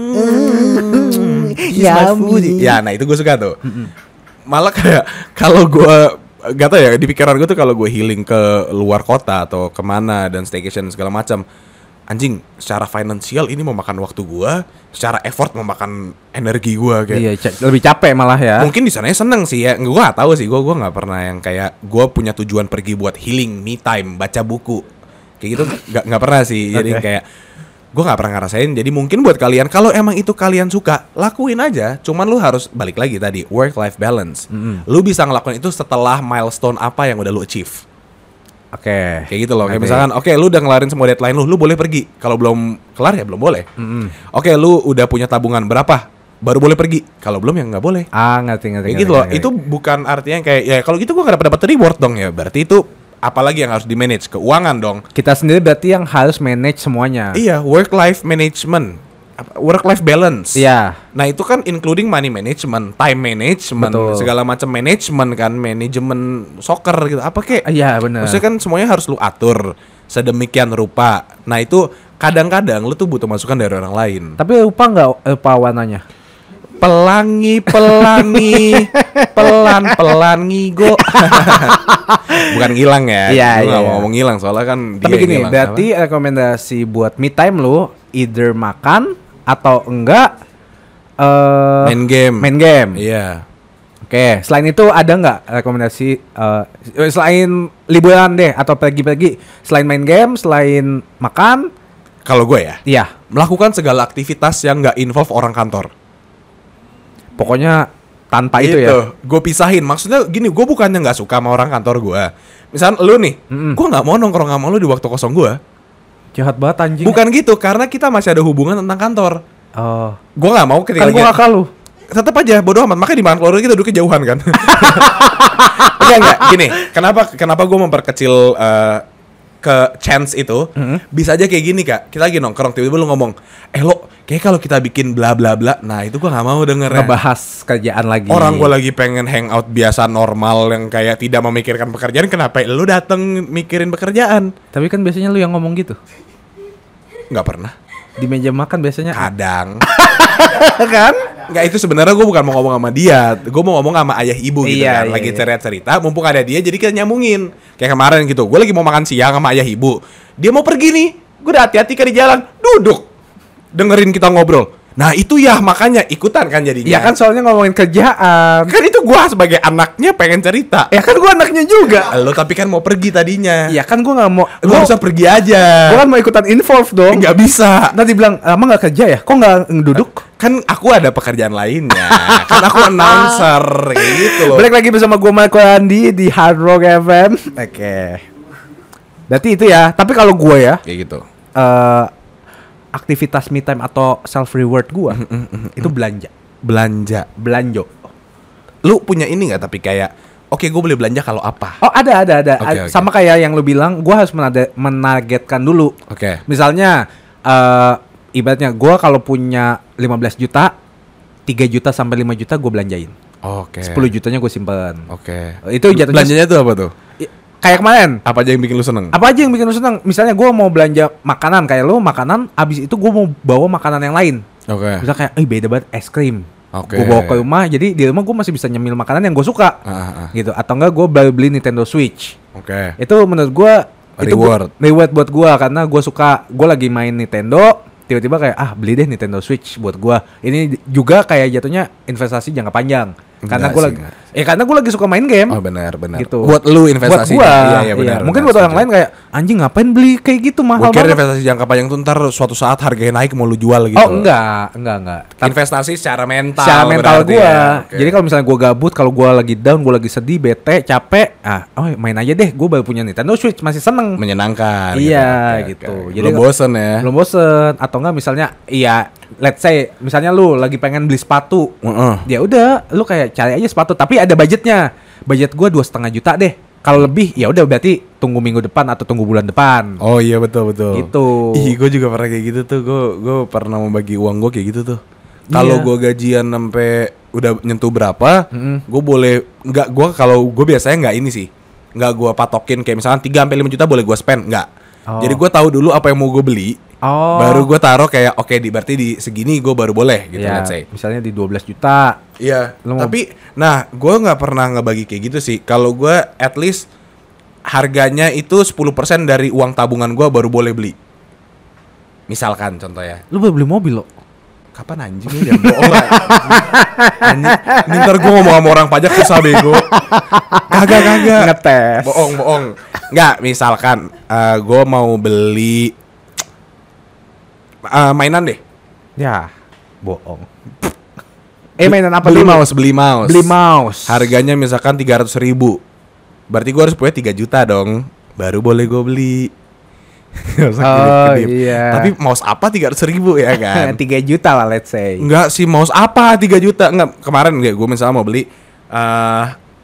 Mm, Yummy. ya, nah itu gue suka tuh. Malah kayak kalau gue gak tau ya di pikiran gue tuh kalau gue healing ke luar kota atau kemana dan staycation segala macam, anjing secara finansial ini memakan waktu gue, secara effort memakan energi gue kayak. Iya, ca- lebih capek malah ya. Mungkin di sana seneng sih ya, gue gak tahu sih, gue gue nggak pernah yang kayak gue punya tujuan pergi buat healing, me time, baca buku kayak gitu nggak nggak pernah sih. Jadi Okay. kayak gue nggak pernah ngerasain. Jadi mungkin buat kalian kalau emang itu kalian suka, lakuin aja. Cuman lu harus balik lagi tadi work life balance. Mm-hmm. Lu bisa ngelakuin itu setelah milestone apa yang udah lu achieve. Oke. Kayak gitu loh. Kayak Oke. misalkan, oke, lu udah ngelarin semua deadline lu, lu boleh pergi. Kalau belum kelar ya belum boleh. Mm-mm. Oke, lu udah punya tabungan berapa? Baru boleh pergi. Kalau belum ya nggak boleh. Ah, ngerti ngerti. Kayak ngerti, gitu loh. ngerti. Itu bukan artinya kayak ya kalau gitu gua nggak dapat dapat reward dong ya. Berarti itu apalagi yang harus di manage, keuangan dong. Kita sendiri berarti yang harus manage semuanya. Iya, work life management. Work life balance. Iya. Nah, itu kan including money management, time management, Betul. segala macam management kan, manajemen soccer gitu. Apa kek? Iya, benar. Maksudnya kan semuanya harus lu atur sedemikian rupa. Nah, itu kadang-kadang lu tuh butuh masukan dari orang lain. Tapi lupa nggak lupa warnanya? Pelangi, pelangi, pelan-pelan ngigo. Bukan ngilang ya. Iya, Gue nggak iya. mau ngomong ngilang soalnya kan Tapi dia yang gini, ngilang. berarti rekomendasi buat me time lu either makan atau enggak eh Main game. Main game. Iya. Oke, selain itu ada nggak rekomendasi eh, selain liburan deh atau pergi-pergi, selain main game, selain makan, Kalau gue ya, iya, melakukan segala aktivitas yang nggak involve orang kantor. pokoknya tanpa itu ya. Gue pisahin. Maksudnya gini, gue bukannya nggak suka sama orang kantor gue. Misal lu nih, Mm-mm. gue nggak mau nongkrong sama lu di waktu kosong gue. Jahat banget anjing. Bukan gitu, karena kita masih ada hubungan tentang kantor. Oh. Gue nggak mau ketika Kan gua lagi- kakak lu. tetap aja bodoh amat. Makanya di makan keluarga kita duduknya jauhan kan. Enggak enggak. Gini, kenapa kenapa gue memperkecil eh, ke chance itu? Mhm. Bisa aja kayak gini kak. Kita lagi nongkrong tiba-tiba lu ngomong, eh lo kayak kalau kita bikin bla bla bla. Nah itu gue nggak mau denger. Ngebahas kerjaan lagi. Orang gue lagi pengen hangout biasa normal yang kayak tidak memikirkan pekerjaan. Kenapa lu dateng mikirin pekerjaan? Tapi kan biasanya lu yang ngomong gitu. Nggak pernah. Di meja makan biasanya Kadang. kan? Nggak, itu sebenarnya gue bukan mau ngomong sama dia. Gue mau ngomong sama ayah ibu gitu Iya, kan. iya, Lagi iya. cerita-cerita, mumpung ada dia jadi kita nyambungin. Kayak kemarin gitu. Gue lagi mau makan siang sama ayah ibu. Dia mau pergi nih. Gue udah hati-hati kan di jalan. Duduk. Dengerin kita ngobrol. Nah itu ya makanya ikutan kan jadinya. Ya kan soalnya ngomongin kerjaan. Kan itu gue sebagai anaknya pengen cerita. Ya kan gua anaknya juga. Lo tapi kan mau pergi tadinya. Ya kan gua nggak mau. Lo Gua, bisa pergi aja. gua kan mau ikutan involve dong. Nggak bisa. Nanti bilang lama nggak kerja ya? Kok nggak duduk? Kan aku ada pekerjaan lainnya. Kan aku announcer kayak gitu loh. Balik lagi bersama gua Marco Andi di Hard Rock F M. Oke. Berarti itu ya. Tapi kalau gua ya, Kayak gitu. eh aktivitas me time atau self reward gua itu belanja. Belanja. Belanjo. Lu punya ini nggak tapi kayak oke gue boleh belanja kalau apa? Oh ada ada ada. Oke, A- oke. Sama kayak yang lu bilang, gua harus menade- menargetkan dulu. Oke. Misalnya eh ibaratnya gua kalau punya lima belas juta, tiga juta sampai lima juta gua belanjain. Oke. sepuluh jutanya gue simpen. Oke. Itu jatuhnya belanjanya tuh apa tuh? I- kayak kemarin. Apa aja yang bikin lu seneng? Apa aja yang bikin lu seneng? Misalnya gua mau belanja makanan kayak lu, makanan abis itu gua mau bawa makanan yang lain. Oke. Misal kayak, eh beda banget es krim. Oke. Gue bawa ke rumah, jadi di rumah gue masih bisa nyemil makanan yang gue suka, Ah, ah, ah. gitu. Atau enggak gue beli, beli Nintendo Switch. Oke. Itu menurut gue itu Reward. bu- reward buat gue karena gue suka. Gue lagi main Nintendo, tiba-tiba kayak ah beli deh Nintendo Switch buat gue. Ini juga kayak jatuhnya investasi jangka panjang. Karena Enggak gue sih, lagi enggak. Ya karena gue lagi suka main game. Oh benar benar. Gitu. Buat lu investasi. Buat gua. Iya iya benar. Iya. Mungkin benar, buat orang setuju. lain kayak anjing ngapain beli kayak gitu mahal Gue kira banget. investasi jangka panjang tuh ntar suatu saat harganya naik mau lu jual gitu. Oh enggak, enggak enggak. Investasi secara mental. Secara mental berarti gue. ya. Oke. Jadi kalau misalnya gue gabut, kalau gue lagi down, gue lagi sedih, bete, capek, ah, oh main aja deh. Gue baru punya Nintendo Switch, masih seneng. menyenangkan. Iya, Oke, gitu. oke. Jadi belum bosen ya. Belum bosen. Atau enggak misalnya, iya, let's say, misalnya lu lagi pengen beli sepatu, Heeh. ya udah, lu kayak cari aja sepatu, tapi ada budgetnya. Budget gue dua setengah juta deh. Kalau lebih, ya udah berarti tunggu minggu depan atau tunggu bulan depan. Oh iya betul betul. Gitu. Ih, gue juga pernah kayak gitu tuh. Gue gue pernah membagi uang gue kayak gitu tuh. Kalau Iya. gue gajian sampai udah nyentuh berapa, Mm-mm. gue boleh nggak gue kalau gue biasanya nggak ini sih, nggak gue patokin kayak misalnya tiga sampai lima juta boleh gue spend nggak. Oh. Jadi gue tahu dulu apa yang mau gue beli, Oh. baru gue taruh kayak oke di berarti di segini gue baru boleh gitu Ya, let's say. misalnya di dua belas juta. Iya. Lu mau- Tapi nah gue nggak pernah ngebagi kayak gitu sih. Kalau gue at least harganya itu sepuluh persen dari uang tabungan gue baru boleh beli. Misalkan contoh ya. Lu baru beli mobil lo. Kapan anjing lu jangan bohong lah. Anjing, ini ntar gue ngomong sama orang pajak susah bego. Kagak kagak. Ngetes. Bohong bohong. Enggak, misalkan uh, gue mau beli uh, mainan deh. Ya, bohong. Eh mainan apa Beli dulu? mouse, beli mouse. Beli mouse. Harganya misalkan tiga ratus ribu. Berarti gue harus punya tiga juta dong. Baru boleh gue beli. Nggak usah Oh, kedip-kedip. iya. Tapi mouse apa tiga ratus ribu ya kan? tiga juta lah let's say. Enggak sih, mouse apa tiga juta? Enggak, kemarin enggak, gue misalnya mau beli uh,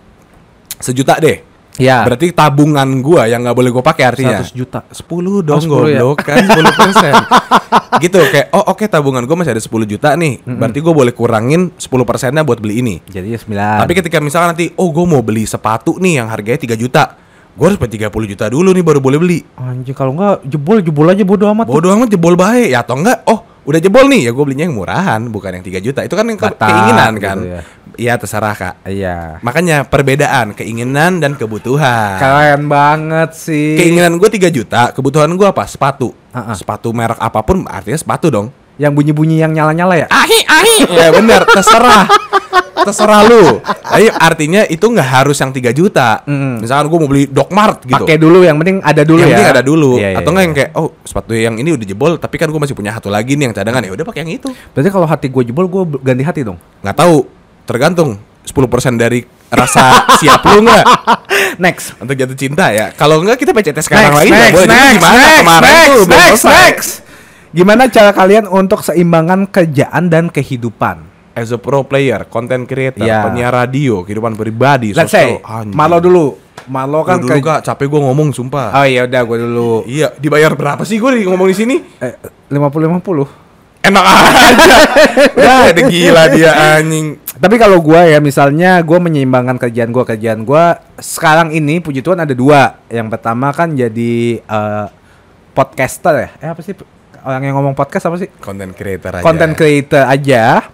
sejuta deh. Ya. Berarti tabungan gua yang nggak boleh gue pakai artinya seratus juta. sepuluh dong, Oh, sepuluh ya? goblok kan sepuluh persen. Gitu kayak oh oke tabungan gue masih ada sepuluh juta nih. Mm-mm. Berarti gue boleh kurangin sepuluh persennya buat beli ini. Jadi ya sembilan. Tapi ketika misalkan nanti oh gue mau beli sepatu nih yang harganya tiga juta, gue harus bayar tiga puluh juta dulu nih baru boleh beli. anjing kalau enggak jebol jebol aja bodo amat. Bodoh amat jebol baik ya atau enggak? Oh udah jebol nih ya gue belinya yang murahan bukan yang tiga juta. Itu kan yang ke- Batal, keinginan gitu kan. ya. Iya terserah kak. Iya. Makanya perbedaan keinginan dan kebutuhan. Keren banget sih. Keinginan gue tiga juta, kebutuhan gue apa? Sepatu. Uh-uh. Sepatu merek apapun artinya sepatu dong. Yang bunyi-bunyi yang nyala-nyala ya? Ahi ahi. Ya benar, terserah. Terserah lu. Tapi artinya itu nggak harus yang tiga juta. Mm-mm. Misalkan gue mau beli Docmart gitu. Pakai dulu yang penting ada dulu yang ya. penting ada dulu. Iya, iya, Atau nggak iya. yang kayak oh sepatu yang ini udah jebol tapi kan gue masih punya satu lagi nih yang cadangan ya udah pakai yang itu. Berarti kalau hati gue jebol gue ganti hati dong. Nggak tahu, tergantung sepuluh persen dari rasa siap lu nggak Next. untuk jatuh cinta ya. Kalau nggak kita P C T sekarang Next, lagi nggak next, boleh. Jadi next, gimana next, kemarin next, tuh belum next, selesai. next. Gimana cara kalian untuk seimbangkan kerjaan dan kehidupan? As a pro player, content creator, Ya. penyiar radio, kehidupan pribadi, Let's say, sosial. Anjing. Malo dulu. Malo Kan kan dulu ke- kak, capek gue ngomong sumpah. Oh iya udah gue dulu. Iya, dibayar berapa sih gue di ngomong di sini? Eh, lima puluh lima puluh. Enak aja. Ya, ada gila dia anjing. Tapi kalau gue ya misalnya gue menyeimbangkan kerjaan gue kerjaan gue sekarang ini puji Tuhan ada dua. Yang pertama kan jadi eh, podcaster ya. Eh apa sih orang yang ngomong podcast apa sih? Content creator aja. Content creator aja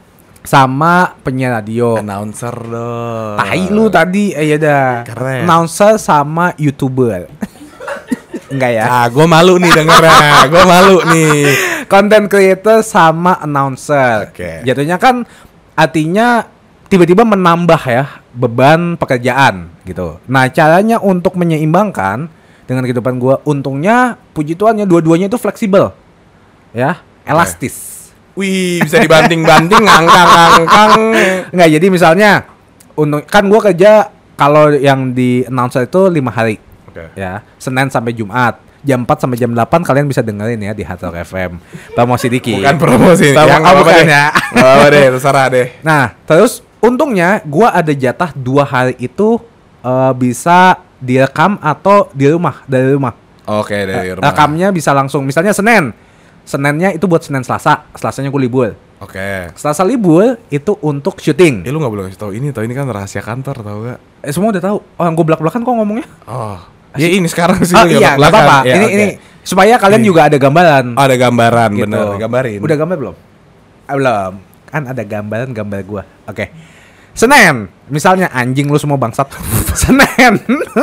sama penyiar radio. Announcer dong. Tai lu tadi eh ya dah. Keren. Announcer sama YouTuber. Enggak ya? Ah, gue malu nih dengernya. Gue malu nih. Content creator sama announcer. Oke. Jatuhnya kan artinya tiba-tiba menambah ya beban pekerjaan gitu. Nah, caranya untuk menyeimbangkan dengan kehidupan gua untungnya puji Tuhan ya dua-duanya itu fleksibel. Ya, elastis. Wih, bisa dibanting-banting, ngangkang-ngangkang. Enggak, jadi misalnya untung kan gua kerja kalau yang di announcer itu lima hari. Oke. Ya, Senin sampai Jumat. Jam empat sampai jam delapan kalian bisa dengerin ya di Hard Rock F M. Promosi dikit. Bukan promosi. Promo- Yang oh, apa bukan deh. ya. Nggak apa deh, terserah deh. Nah, terus untungnya gua ada jatah dua hari itu eh, bisa direkam atau di rumah dari rumah. Oke, dari Eh, rumah. Rekamnya bisa langsung. Misalnya Senin, Seninnya itu buat Senin Selasa, Selasanya gue libur. Oke. Selasa libur itu untuk syuting. Eh lu gak boleh kasih tau ini, tau ini kan rahasia kantor tau gak? Eh, semua udah tahu. Oh, yang gue belak-belakan kok ngomongnya? Oh. Ya ini sekarang sih Oh lu iya, nggak belak-belakan. apa-apa. Ya, ini oke. ini supaya kalian Nih. juga ada gambaran. Oh, ada gambaran, Gitu. bener, gambarin. Udah gambar belum? Ah, belum. Kan ada gambaran gambar gua. Oke. Senin, misalnya anjing lu semua bangsat. Senin.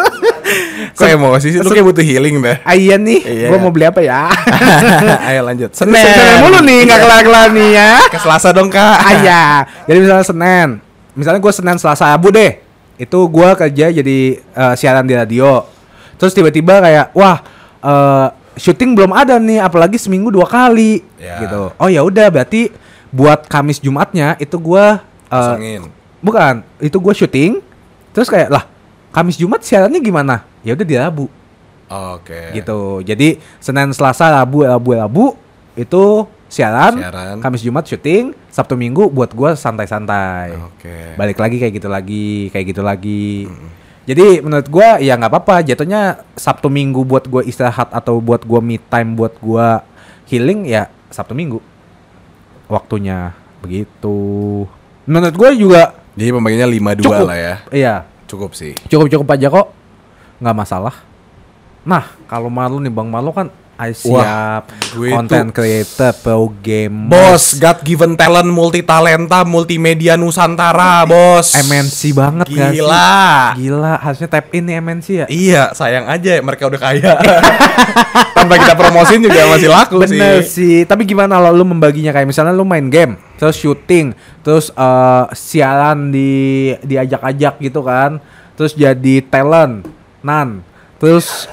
Kok emosi sih? Lu kayak butuh healing deh. Ayan nih, Iya. gua mau beli apa ya? Ayo lanjut. Senin. Senin mulu nih, nggak kelar-kelar nih ya. Ke Selasa dong kak. Ayah. Jadi misalnya Senin, misalnya gue Senin Selasa Rabu deh, itu gue kerja jadi uh, siaran di radio. Terus tiba-tiba kayak wah uh, syuting belum ada nih, apalagi seminggu dua kali Ya. gitu. Oh ya udah berarti buat Kamis Jumatnya itu gue uh, Pasangin. bukan, itu gue syuting. Terus kayak lah Kamis Jumat siarannya gimana? Ya udah di Rabu. Oke. Gitu. Jadi Senin Selasa Rabu Rabu Rabu itu siaran, Siaran. Kamis Jumat syuting, Sabtu Minggu buat gue santai-santai. Oke. Balik lagi kayak gitu lagi, kayak gitu lagi. Jadi menurut gue ya nggak apa-apa. Jatuhnya Sabtu Minggu buat gue istirahat atau buat gue me time, buat gue healing ya Sabtu Minggu. Waktunya begitu. Menurut gue juga Jadi pembagiannya lima dua cukup. lah ya. Iya, Cukup sih. cukup-cukup aja kok. Nggak masalah. Nah, kalau Marlo nih Bang Marlo kan I siap, gue content tuh- creator, pro game, Bos, God given talent, multi talenta, multimedia Nusantara, bos. M N C banget gak sih? Gila. Gila, harusnya tap in nih M N C ya. Iya, sayang aja mereka udah kaya. Tanpa kita promosin juga masih laku sih. Bener sih. Tapi gimana kalau lu membaginya kayak misalnya lu main game, terus syuting, terus eh, siaran di diajak-ajak gitu kan, terus jadi talent, nan, terus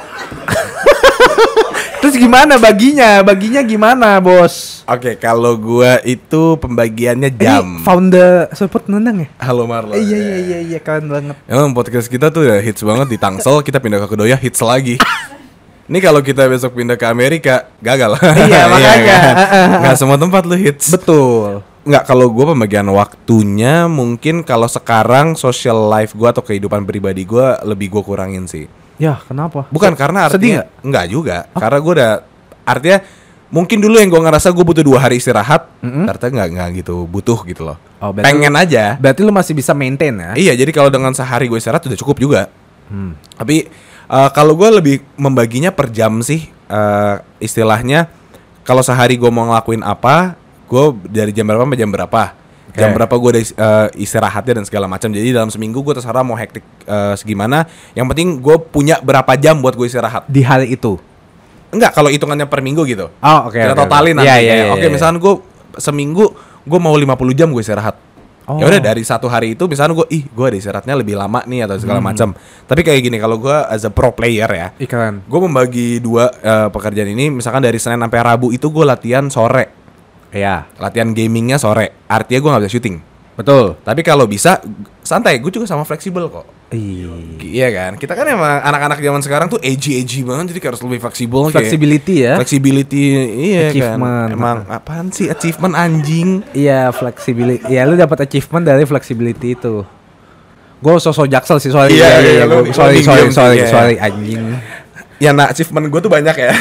terus gimana baginya? Baginya gimana, Bos? Oke, kalau gua itu pembagiannya jam. Ini founder support nendang ya? Halo Marlo. Iya iya iya iya keren banget. Emang podcast kita tuh ya hits banget di Tangsel, kita pindah ke Kedoya hits lagi. Ini kalau kita besok pindah ke Amerika, gagal. Iya, makanya. kan? Nggak semua tempat lu hits. Betul. Nggak, kalau gue pembagian waktunya mungkin kalau sekarang social life gue atau kehidupan pribadi gue lebih gue kurangin sih. Ya, kenapa? Bukan karena Sedih artinya nggak juga, karena gue udah artinya mungkin dulu yang gue ngerasa gue butuh dua hari istirahat, Mm-mm. ternyata nggak nggak gitu butuh gitu loh. Oh, berarti Pengen aja. Berarti lu masih bisa maintain ya? Iya, jadi kalau dengan sehari gue istirahat udah cukup juga. Hmm. Tapi uh, kalau gue lebih membaginya per jam sih, uh, istilahnya kalau sehari gue mau ngelakuin apa, gue dari jam berapa sampai jam berapa, jam Oke. berapa gue ada is- uh, istirahatnya dan segala macam. Jadi dalam seminggu gue terserah mau hektik uh, segimana. Yang penting gue punya berapa jam buat gue istirahat. Di hari itu. Enggak, kalau hitungannya per minggu gitu. Oh, oke. Kita oke, totalin oke. nanti. Iya, kayak, iya, iya, Oke, iya. misalkan gue seminggu gue mau lima puluh jam gue istirahat. Oh. Ya udah dari satu hari itu misalnya gue ih gue ada istirahatnya lebih lama nih atau segala Hmm. macam. Tapi kayak gini, kalau gue as a pro player ya, Iklan. gue membagi dua eh, pekerjaan ini. Misalkan dari Senin sampai Rabu itu gue latihan sore, Iya. latihan gamingnya sore. Artinya gue nggak bisa syuting. Betul. Tapi kalau bisa santai, gue juga sama fleksibel kok. Iya. Iya kan, kita kan emang anak-anak zaman sekarang tuh edgy edgy banget, jadi harus lebih fleksibel. kayak- Flexibility ya. Flexibility, iya Achievement. kan. Emang apaan sih achievement anjing? Iya, flexibility. Iya, lu dapat achievement dari flexibility itu. Gue sosok jaksel sih, sorry. Iya, iya, gua- lu- sorry, lu sorry, medium sorry, sih, iya. sorry, anjing. Ya nah, achievement gue tuh banyak ya.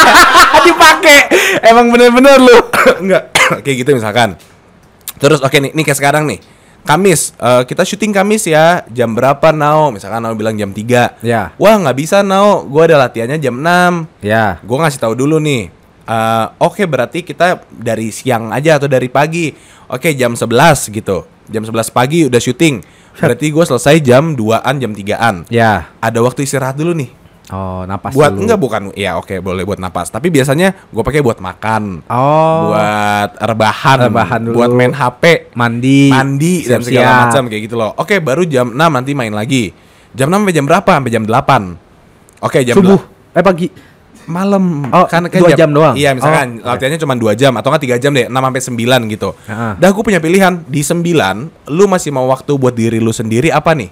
Dipakai. Emang bener-bener lu. Enggak, kayak gitu misalkan. Terus oke nih, nih kayak sekarang nih. Kamis, eh, kita syuting Kamis ya. Jam berapa Nao? Misalkan Nao bilang jam tiga. Ya. Wah, nggak bisa Nao. Gue ada latihannya jam enam. Ya. Gue ngasih tahu dulu nih. Eh, oke, berarti kita dari siang aja atau dari pagi. Oke, jam sebelas gitu. Jam sebelas pagi udah syuting. Berarti gue selesai jam duaan, jam tigaan. Ya. Ada waktu istirahat dulu nih. Oh, napas Buat dulu. enggak bukan ya oke boleh buat napas, tapi biasanya gue pakai buat makan. Oh. Buat rebahan, Rebahan dulu. buat main H P, mandi. mandi dan segala siap-siap. macam kayak gitu loh. Oke, baru jam enam nanti main lagi. Jam enam sampai jam berapa? Sampai jam delapan. Oke, jam Subuh. dela- Eh pagi. malam. Oh, dua jam doang? Iya, misalkan Oh, oke. latihannya cuma dua jam atau enggak tiga jam deh, enam sampai sembilan gitu. Heeh. Dah gue punya pilihan di sembilan, lu masih mau waktu buat diri lu sendiri apa nih?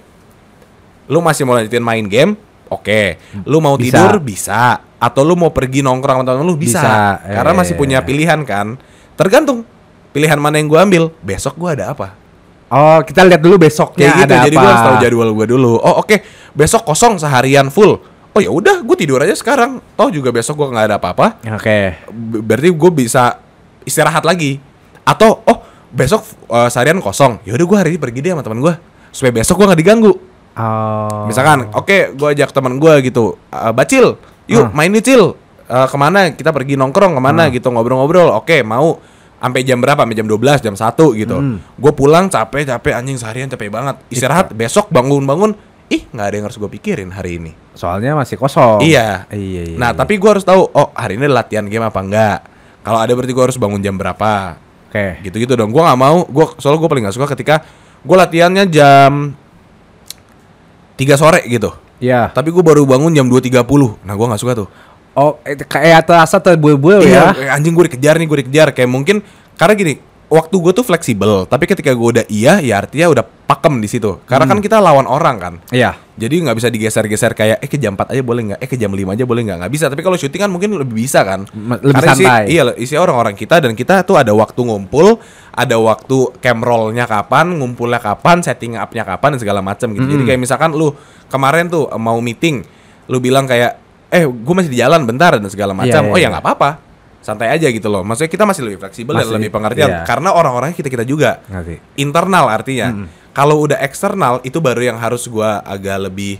Lu masih mau lanjutin main game? Oke. Lu mau Bisa. tidur? Bisa. Atau lu mau pergi nongkrong sama teman lu? Bisa. Bisa. Karena Eh. masih punya pilihan kan. Tergantung pilihan mana yang gua ambil. Besok gua ada apa? Oh, kita lihat dulu besoknya Kayak gitu. ada Jadi apa. gua harus tahu jadwal gua dulu. Oh, oke. Besok kosong seharian full. Oh ya udah, gua tidur aja sekarang. Toh juga besok gua nggak ada apa-apa. Oke. B- Berarti gua bisa istirahat lagi. Atau oh, besok uh, seharian kosong. Ya udah gua hari ini pergi deh sama teman gua supaya besok gua nggak diganggu. Oh. Misalkan, oke, gue ajak teman gue gitu, uh, Bacil, Ah. yuk main nih Cil, Uh, kemana? Kita pergi nongkrong Ah. kemana gitu, ngobrol-ngobrol. Oke, mau sampai jam berapa? Sampai jam dua belas, jam satu gitu. Hmm. Gue pulang capek, capek anjing seharian capek banget. Istirahat, besok bangun-bangun, ih nggak ada yang harus gue pikirin hari ini. Soalnya masih kosong. Iya. Iya, iya. Nah, iya. tapi gue harus tahu, oh hari ini latihan game apa enggak? Kalau ada berarti gue harus bangun jam berapa? Oke. Gitu-gitu dong. Gue nggak mau, gue soalnya gue paling nggak suka ketika gue latihannya jam tiga sore gitu. Iya. Tapi gue baru bangun jam dua tiga puluh. Nah, gue nggak suka tuh. Oh, eh, kayak terasa terbuil-buil Iya, ya. kayak anjing gue dikejar nih, gue dikejar. Kayak mungkin karena gini, waktu gue tuh fleksibel. Tapi ketika gue udah iya, ya artinya udah pakem di situ. Karena Hmm. kan kita lawan orang kan. Iya. Jadi nggak bisa digeser-geser kayak eh ke jam empat aja boleh nggak? Eh ke jam lima aja boleh nggak? Nggak bisa. Tapi kalau syuting kan mungkin lebih bisa kan. M- lebih Karena isi- santai. iya, isi orang-orang kita dan kita tuh ada waktu ngumpul, ada waktu cam roll-nya kapan, ngumpulnya kapan, setting up-nya kapan dan segala macam gitu. Jadi kayak misalkan lu kemarin tuh mau meeting, lu bilang kayak eh gue masih di jalan bentar dan segala macam. Iya, iya, oh ya iya. nggak apa-apa. Santai aja gitu loh. Maksudnya kita masih lebih fleksibel dan Masih, lebih pengertian iya. karena orang-orangnya kita-kita juga. Ngerti. Internal artinya. Kalau udah eksternal itu baru yang harus gua agak lebih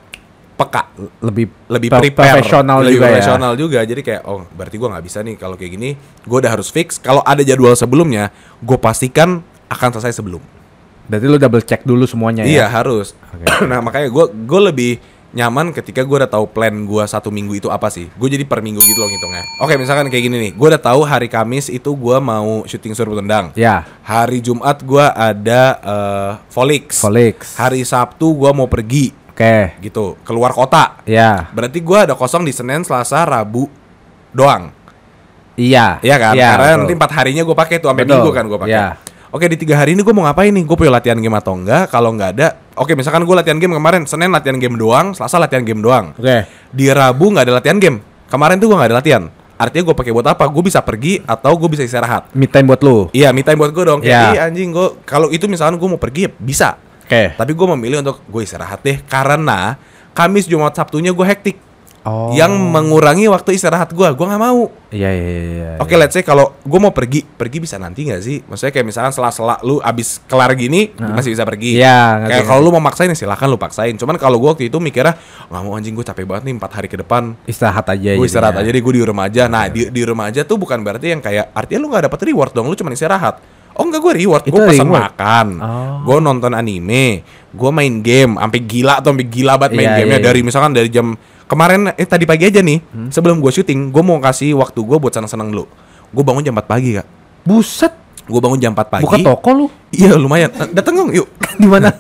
peka, Lebih lebih per- prepare, profesional lebih juga ya. profesional juga. Jadi kayak oh berarti gua nggak bisa nih kalau kayak gini. Gua udah harus fix. Kalau ada jadwal sebelumnya, gua pastikan akan selesai sebelum. Berarti lu double check dulu semuanya Iya ya. harus. Nah makanya gua gua lebih nyaman ketika gue udah tahu plan gue satu minggu itu apa sih. Gue jadi per minggu gitu loh ngitungnya. Oke misalkan kayak gini nih, gue udah tahu hari Kamis itu gue mau syuting Suruh Tendang. Ya. Hari Jumat gue ada uh, Volix. Volix. Hari Sabtu gue mau pergi Oke. gitu keluar kota. Ya. Berarti gue ada kosong di Senin, Selasa, Rabu doang. Iya. Iya kan? Iya, Karena betul. nanti empat harinya gue pakai tuh sampai Betul. minggu kan gue pakai. Iya. Oke di tiga hari ini gue mau ngapain nih? Gue punya latihan game atau enggak? Kalau nggak ada, oke misalkan gue latihan game kemarin, Senin latihan game doang, Selasa latihan game doang. Oke. Di Rabu nggak ada latihan game. Kemarin tuh gue nggak ada latihan. Artinya gue pakai buat apa? Gue bisa pergi atau gue bisa istirahat. Me time buat lu. Iya, me time buat gue dong. Kayak Iya. "Ih, anjing gue kalau itu misalkan gue mau pergi ya bisa. Oke. Tapi gue memilih untuk gue istirahat deh karena Kamis, Jumat, Sabtunya gue hektik. Oh. Yang mengurangi waktu istirahat gue. Gue nggak mau. Iya iya iya. Oke, let's say kalau gue mau pergi, pergi bisa nanti nggak sih? Maksudnya kayak misalkan sela-sela lu abis kelar gini masih bisa pergi. Iya, ngerti, Kayak kalau ngerti. lu mau maksain ya silakan lu paksain. Cuman kalau gue waktu itu mikirnya nggak mau anjing gue capek banget nih empat hari ke depan. Istirahat aja. Gue istirahat jadinya. aja deh, gue di rumah aja. Nah di di rumah aja tuh bukan berarti yang kayak artinya lu nggak dapet reward dong, lu cuma istirahat. Oh enggak, gue reward, gue Itu pesan reward? makan, Oh. gue nonton anime, gue main game, sampai gila atau sampai gila banget main Iya, gamenya iya, dari misalkan dari jam kemarin eh tadi pagi aja nih, sebelum gue syuting, gue mau kasih waktu gue buat senang-senang dulu. Gue bangun jam empat pagi kak, Buset. gue bangun jam empat pagi. Buka toko lu. Iya lumayan, Eh, dateng dong yuk. Di mana?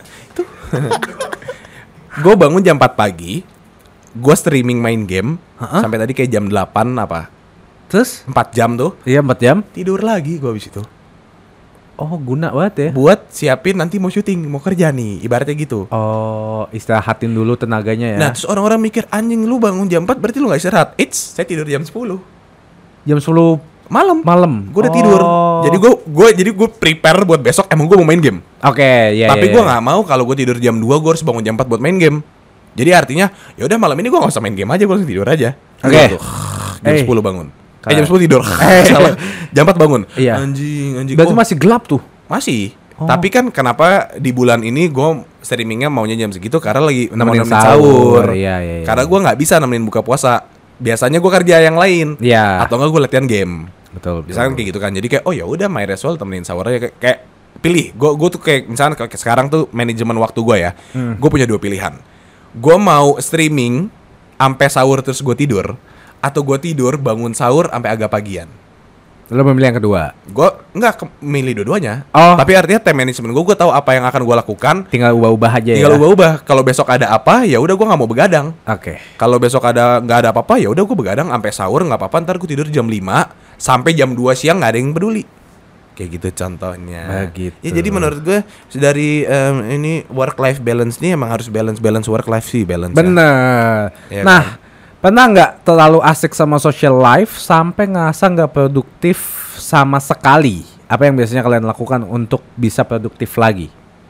Gue bangun jam empat pagi, gue streaming main game Ha-ha. sampai tadi kayak jam delapan apa, Terus? empat jam tuh, Iya empat jam. tidur lagi gue abis itu. Oh guna banget ya. Buat siapin nanti mau syuting, mau kerja nih, ibaratnya gitu. Oh istirahatin dulu tenaganya ya. Nah terus orang-orang mikir anjing lu bangun jam empat berarti lu gak istirahat. It's saya tidur jam sepuluh Jam sepuluh malam. malam. Gue udah Oh. tidur. Jadi gue gue jadi gue prepare buat besok emang gue mau main game. Oke, ya. Tapi ya, gue ya. nggak mau kalau gue tidur jam dua gue harus bangun jam empat buat main game. Jadi artinya ya udah malam ini gue gak usah main game aja, gue langsung tidur aja. Oke. Gitu. Jam Eh. sepuluh bangun. Eh Kal- jam sepuluh tidur. Salah. Jam empat bangun. Iya. Anjing anjing. Berarti Oh, masih gelap tuh. masih. Oh. Tapi kan kenapa di bulan ini gue streamingnya maunya jam segitu karena lagi Nemenin nemenin sahur. sahur. Iya, iya, iya. Karena gue nggak bisa nemenin buka puasa. Biasanya gue kerja yang lain. Iya. Atau enggak gue latihan game. Betul. Misalkan kayak gitu kan. Jadi kayak oh ya udah my as well temenin sahur aja kayak, kayak pilih. Gue gue tuh kayak misalkan kayak sekarang tuh manajemen waktu gue ya. Hmm. Gue punya dua pilihan. Gue mau streaming sampai sahur terus gue tidur, atau gue tidur bangun sahur sampai agak pagian. Lo memilih yang kedua. Gue nggak ke- milih dua-duanya. Oh. Tapi artinya time management gue, gue tahu apa yang akan gue lakukan. Tinggal ubah-ubah aja Tinggal ya. ubah-ubah. Kalau besok ada apa, ya udah gue nggak mau begadang. Oke. Kalau besok ada nggak ada apa-apa, ya udah gue begadang sampai sahur nggak apa-apa. Ntar gue tidur jam lima sampai jam dua siang nggak ada yang peduli. Kayak gitu contohnya. Begitu. Ya jadi menurut gue dari em, ini work life balance nih emang harus balance balance work life sih balance. Bener. Iya Nah, kan? pernah nggak terlalu asik sama social life sampai ngerasa nggak produktif sama sekali? Apa yang biasanya kalian lakukan untuk bisa produktif lagi?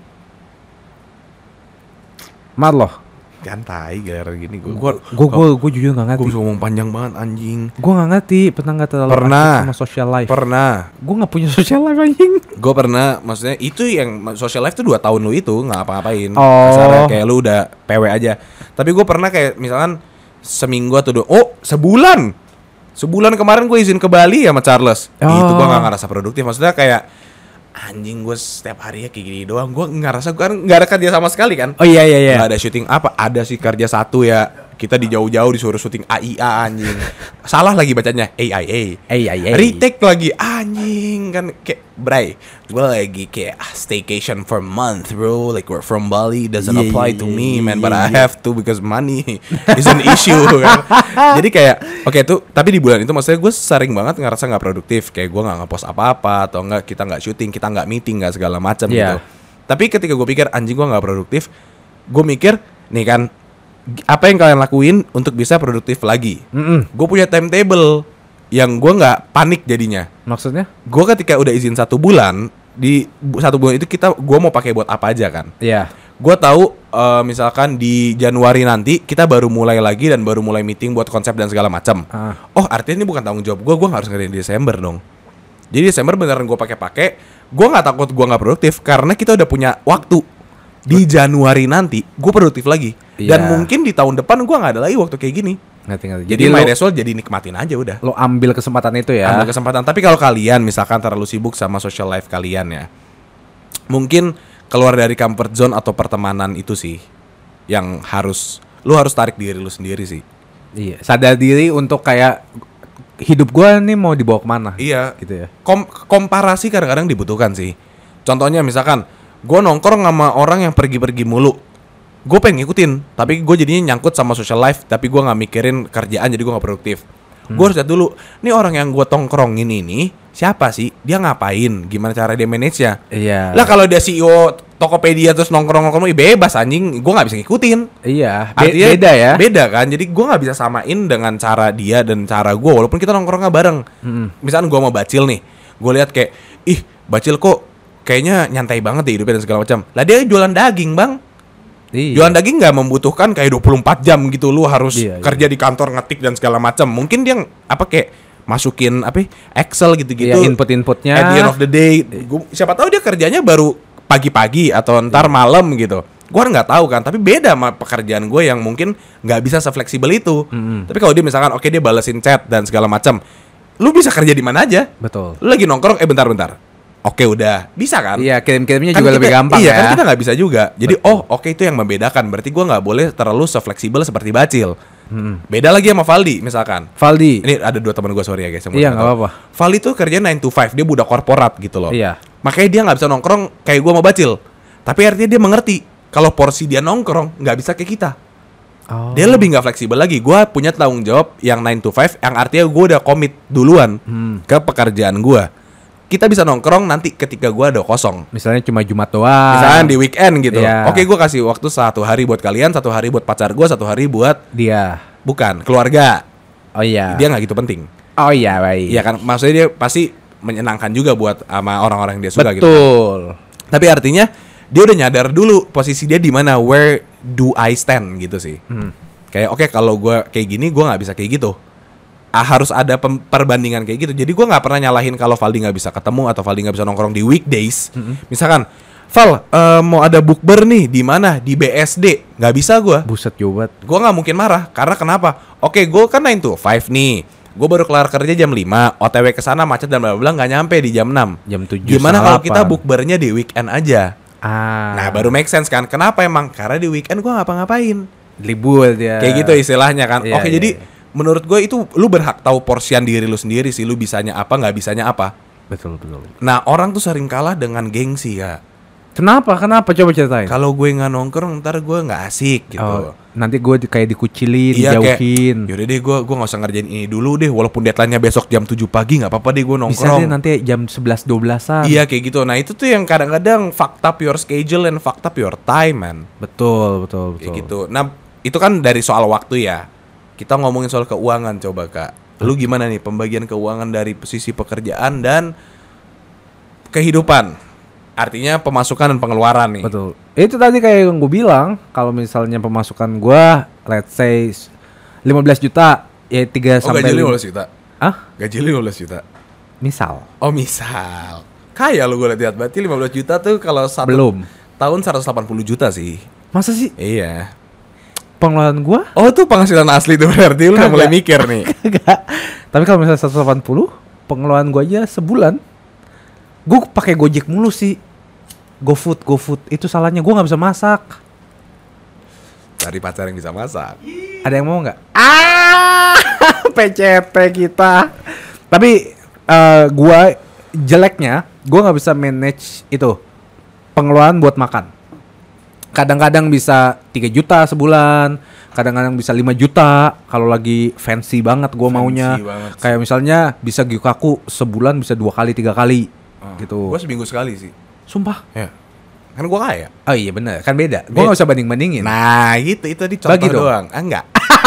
Marloh, Gantai gara gini gue. gue gue gue jujur nggak gue ngerti. bisa ngomong panjang banget anjing. Gue nggak ngerti. Pernah nggak terlalu Pernah. asik sama social life? Pernah. Gue nggak punya social life anjing. Gue pernah, maksudnya itu yang social life tuh dua tahun lu itu nggak apa-apain. Oh. Kasarnya kayak lu udah P W aja. Tapi gue pernah kayak misalkan seminggu atau dua, oh sebulan, sebulan kemarin gue izin ke Bali sama Charles. Oh. Itu gue nggak ngerasa produktif. Maksudnya kayak anjing gue setiap hari ya kayak gini doang. Gue ngerasa gue kan nggak ada kerja sama sekali kan. Oh iya iya iya. Nggak ada syuting apa? Ada sih kerja satu ya. Kita di jauh-jauh disuruh syuting A I A anjing. Salah lagi bacanya A I A. A I A. Retake lagi anjing kan kayak bray. Gue lagi kayak ah, staycation for a month bro. Like we're from Bali doesn't Yeah, apply yeah, to yeah, me yeah, man, but yeah, I yeah. have to because money is an issue kan. Jadi kayak oke okay, tuh tapi di bulan itu maksudnya gue sering banget ngerasa nggak produktif. Kayak gue nggak ngepost apa-apa atau enggak kita nggak syuting, kita nggak meeting, nggak segala macam Yeah. gitu. Tapi ketika gue pikir anjing gue nggak produktif, gue mikir nih kan apa yang kalian lakuin untuk bisa produktif lagi. Mm-mm. Gue punya timetable yang gue nggak panik jadinya. Maksudnya? Gue ketika udah izin satu bulan, di bu- satu bulan itu kita gue mau pakai buat apa aja kan. Iya. Gue tahu eh, misalkan di Januari nanti kita baru mulai lagi dan baru mulai meeting buat konsep dan segala macam. Ah. Oh artinya ini bukan tanggung jawab gue, gue nggak harus ngerjain di Desember dong. Jadi Desember beneran gue pakai-pakai. Gue nggak takut gue nggak produktif karena kita udah punya waktu. Di Januari nanti gue produktif lagi. Dan Iya. mungkin di tahun depan gue nggak ada lagi waktu kayak gini. Ngerti, ngerti. Jadi, Jadi might lo, as well jadi nikmatin aja udah. lo ambil kesempatan itu ya. Ambil kesempatan. Tapi kalau kalian misalkan terlalu sibuk sama social life kalian ya, mungkin keluar dari comfort zone atau pertemanan itu sih yang harus lu harus tarik diri lu sendiri sih. Iya. Sadar diri untuk kayak hidup gua nih mau dibawa kemana? Iya. Gitu ya. Kom- komparasi kadang-kadang dibutuhkan sih. Contohnya misalkan gue nongkrong sama orang yang pergi-pergi mulu, gue pengen ngikutin, tapi gue jadinya nyangkut sama social life, tapi gue nggak mikirin kerjaan, jadi gue nggak produktif. Hmm. Gue harus lihat dulu, nih orang yang gue tongkrongin ini siapa sih? Dia ngapain? Gimana cara dia manage-nya? Iya. Lah kalau dia C E O Tokopedia terus nongkrong-nongkrong, bebas anjing, gue nggak bisa ngikutin. Iya. Be- Artinya beda ya. Beda kan, jadi gue nggak bisa samain dengan cara dia dan cara gue, walaupun kita nongkrongnya bareng. Mm-mm. Misalkan gue mau Bacil nih, gue lihat kayak, ih Bacil kok kayaknya nyantai banget deh hidupnya dan segala macam. Lah dia jualan daging bang. Iya. Jualan daging nggak membutuhkan kayak dua puluh empat jam gitu. Lu harus Iya, kerja di kantor ngetik dan segala macam. Mungkin dia apa kayak masukin apa Excel gitu-gitu. Iya, input-inputnya. At the end of the day, gua, siapa tahu dia kerjanya baru pagi-pagi atau ntar malam gitu. Gua nggak tahu kan. Tapi beda sama pekerjaan gue yang mungkin nggak bisa sefleksibel itu. Mm-mm. Tapi kalau dia misalkan oke dia balesin chat dan segala macam, lu bisa kerja di mana aja. Betul. Lu lagi nongkrong, eh bentar-bentar. Oke udah, bisa kan? Iya, kirim-kirimnya Kan juga kita- lebih gampang iya, ya. kan kita nggak bisa juga. Jadi Betul. oh oke itu yang membedakan. Berarti gue nggak boleh terlalu se-fleksibel seperti Bacil. Hmm. Beda lagi sama Valdi misalkan. Valdi. Ini ada dua teman gue sorry ya guys. yang Iya, nggak nggak tahu. apa-apa. Valdi tuh kerja nine to five, dia budak korporat gitu loh. Iya. Makanya dia nggak bisa nongkrong kayak gue sama Bacil. Tapi artinya dia mengerti kalau porsi dia nongkrong nggak bisa kayak kita. Oh. Dia lebih nggak fleksibel lagi. Gue punya tanggung jawab yang nine to five, yang artinya gue udah komit duluan Hmm. ke pekerjaan gue. Kita bisa nongkrong nanti ketika gue ada kosong. Misalnya cuma Jumat doang. Misalnya di weekend gitu. Iya. Oke, gue kasih waktu satu hari buat kalian, satu hari buat pacar gue, satu hari buat dia. bukan keluarga. Oh iya. Dia nggak gitu penting. Oh iya, baik. Iya kan, maksudnya dia pasti menyenangkan juga buat sama orang-orang yang dia suka gitu. Betul. Tapi artinya dia udah nyadar dulu posisi dia di mana, where do I stand gitu sih. Hmm. Kayak oke kalau gue kayak gini gue nggak bisa kayak gitu. Ah, harus ada pem- perbandingan kayak gitu. Jadi gue nggak pernah nyalahin kalau Valdi nggak bisa ketemu atau Valdi nggak bisa nongkrong di weekdays. Misalkan Val eh, mau ada bukber nih di mana di B S D, nggak bisa gue. Buset jobat. Gue nggak mungkin marah karena kenapa? Oke gue kan nine to five nih. Gue baru kelar kerja jam lima, O T W ke sana macet dan bla bla bla, nggak nyampe di jam enam. Jam tujuh. Gimana kalau setengah kita delapan. bukbernya di weekend aja? Ah. Nah baru make sense kan? Kenapa emang? Karena di weekend gue ngapa-ngapain. libur dia. Kayak gitu istilahnya kan. Iya, Oke iya, jadi iya. menurut gue itu lu berhak tahu porsian diri lu sendiri sih. Lu bisanya apa, nggak bisanya apa. Betul, betul. Nah orang tuh sering kalah dengan gengsi ya. Kenapa? Kenapa? Coba ceritain. Kalau gue nggak nongkrong ntar gue nggak asik gitu. Oh, nanti gue di- kayak dikucilin, Iya kayak, dijauhin. yaudah deh gue gue nggak usah ngerjain ini dulu deh. Walaupun deadline-nya besok jam tujuh pagi nggak apa-apa deh gue Bisa nongkrong. deh nanti jam sebelas dua belasan. Iya kayak gitu. Nah itu tuh yang kadang-kadang fucked up your schedule and fucked up your time man. Betul, betul, betul. Kayak gitu. Nah itu kan dari soal waktu ya. Kita ngomongin soal keuangan coba kak. Lu gimana nih pembagian keuangan dari sisi pekerjaan dan kehidupan? Artinya pemasukan dan pengeluaran nih. Betul. Itu tadi kayak yang gue bilang, kalau misalnya pemasukan gue, let's say lima belas juta, ya tiga Oh sampai gaji lima- lima belas juta. Ah, Gaji lima belas juta. misal. Oh misal. Kaya lu gue lihat. Berarti lima belas juta tuh kalau satu Belum. tahun seratus delapan puluh juta sih. Masa sih Iya. pengeluaran gue? Oh itu penghasilan asli tuh berarti lu udah Kagak. mulai mikir nih. Enggak. Tapi kalau misalnya seratus delapan puluh, pengeluaran gue aja sebulan, gue pakai Gojek mulu sih. GoFood, GoFood. Itu salahnya gue nggak bisa masak. Dari pacar yang bisa masak. Ada yang mau nggak? Ah, P C T kita. Tapi uh, gua jeleknya, gua nggak bisa manage itu pengeluaran buat makan. Kadang-kadang bisa tiga juta sebulan, kadang-kadang bisa lima juta kalau lagi fancy banget gua Fancy maunya. banget sih. Kayak misalnya bisa Gyukaku sebulan bisa dua kali, tiga kali gitu. Gue seminggu sekali sih. Sumpah. Ya. Kan gue kaya. Oh iya bener, kan beda. Gua Beda. nggak usah banding-bandingin. Nah gitu, itu tadi contoh Bagi dong. doang. Ah, enggak.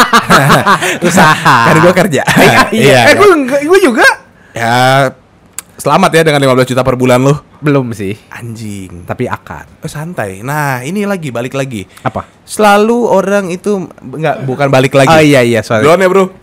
Usaha. Kan gue kerja. Iya, eh gue gue juga. Ya selamat ya dengan lima belas juta per bulan lu. Belum sih, Anjing. tapi akan. Oh, santai. Nah ini lagi, balik lagi. Apa? Selalu orang itu enggak, bukan balik lagi. Oh iya iya, sorry. Belum ya bro.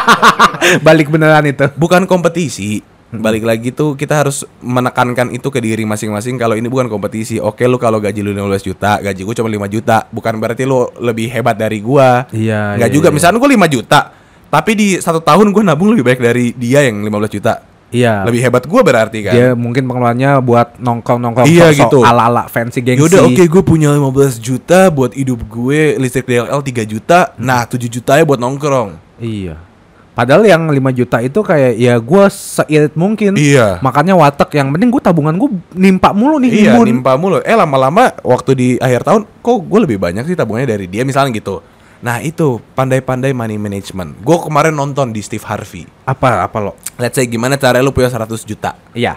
Balik beneran itu. Bukan kompetisi. Balik lagi tuh kita harus menekankan itu ke diri masing-masing kalau ini bukan kompetisi. Oke lu kalau gaji lu lima belas juta, gaji gue cuma lima juta, bukan berarti lu lebih hebat dari gua. Iya. Enggak iya, juga, iya. misalnya gue lima juta, tapi di satu tahun gue nabung lebih baik dari dia yang lima belas juta. Iya. Lebih hebat gue berarti kan. Dia mungkin pengeluarannya buat nongkrong-nongkrong Iya, sok-sok gitu. ala-ala fancy gengsi. Yaudah oke gue punya lima belas juta buat hidup gue, listrik D L L tiga juta, nah tujuh jutanya buat nongkrong. Iya. Padahal yang lima juta itu kayak ya gue seirit mungkin. Iya. Makanya watek yang penting gue tabungan gue nimpa mulu nih. Iya, Bun. nimpa mulu. Eh lama-lama waktu di akhir tahun kok gue lebih banyak sih tabungannya dari dia misalnya gitu. Nah itu pandai-pandai money management. Gue kemarin nonton di Steve Harvey. Apa apa lo? Let's say gimana cara lu punya seratus juta. Iya.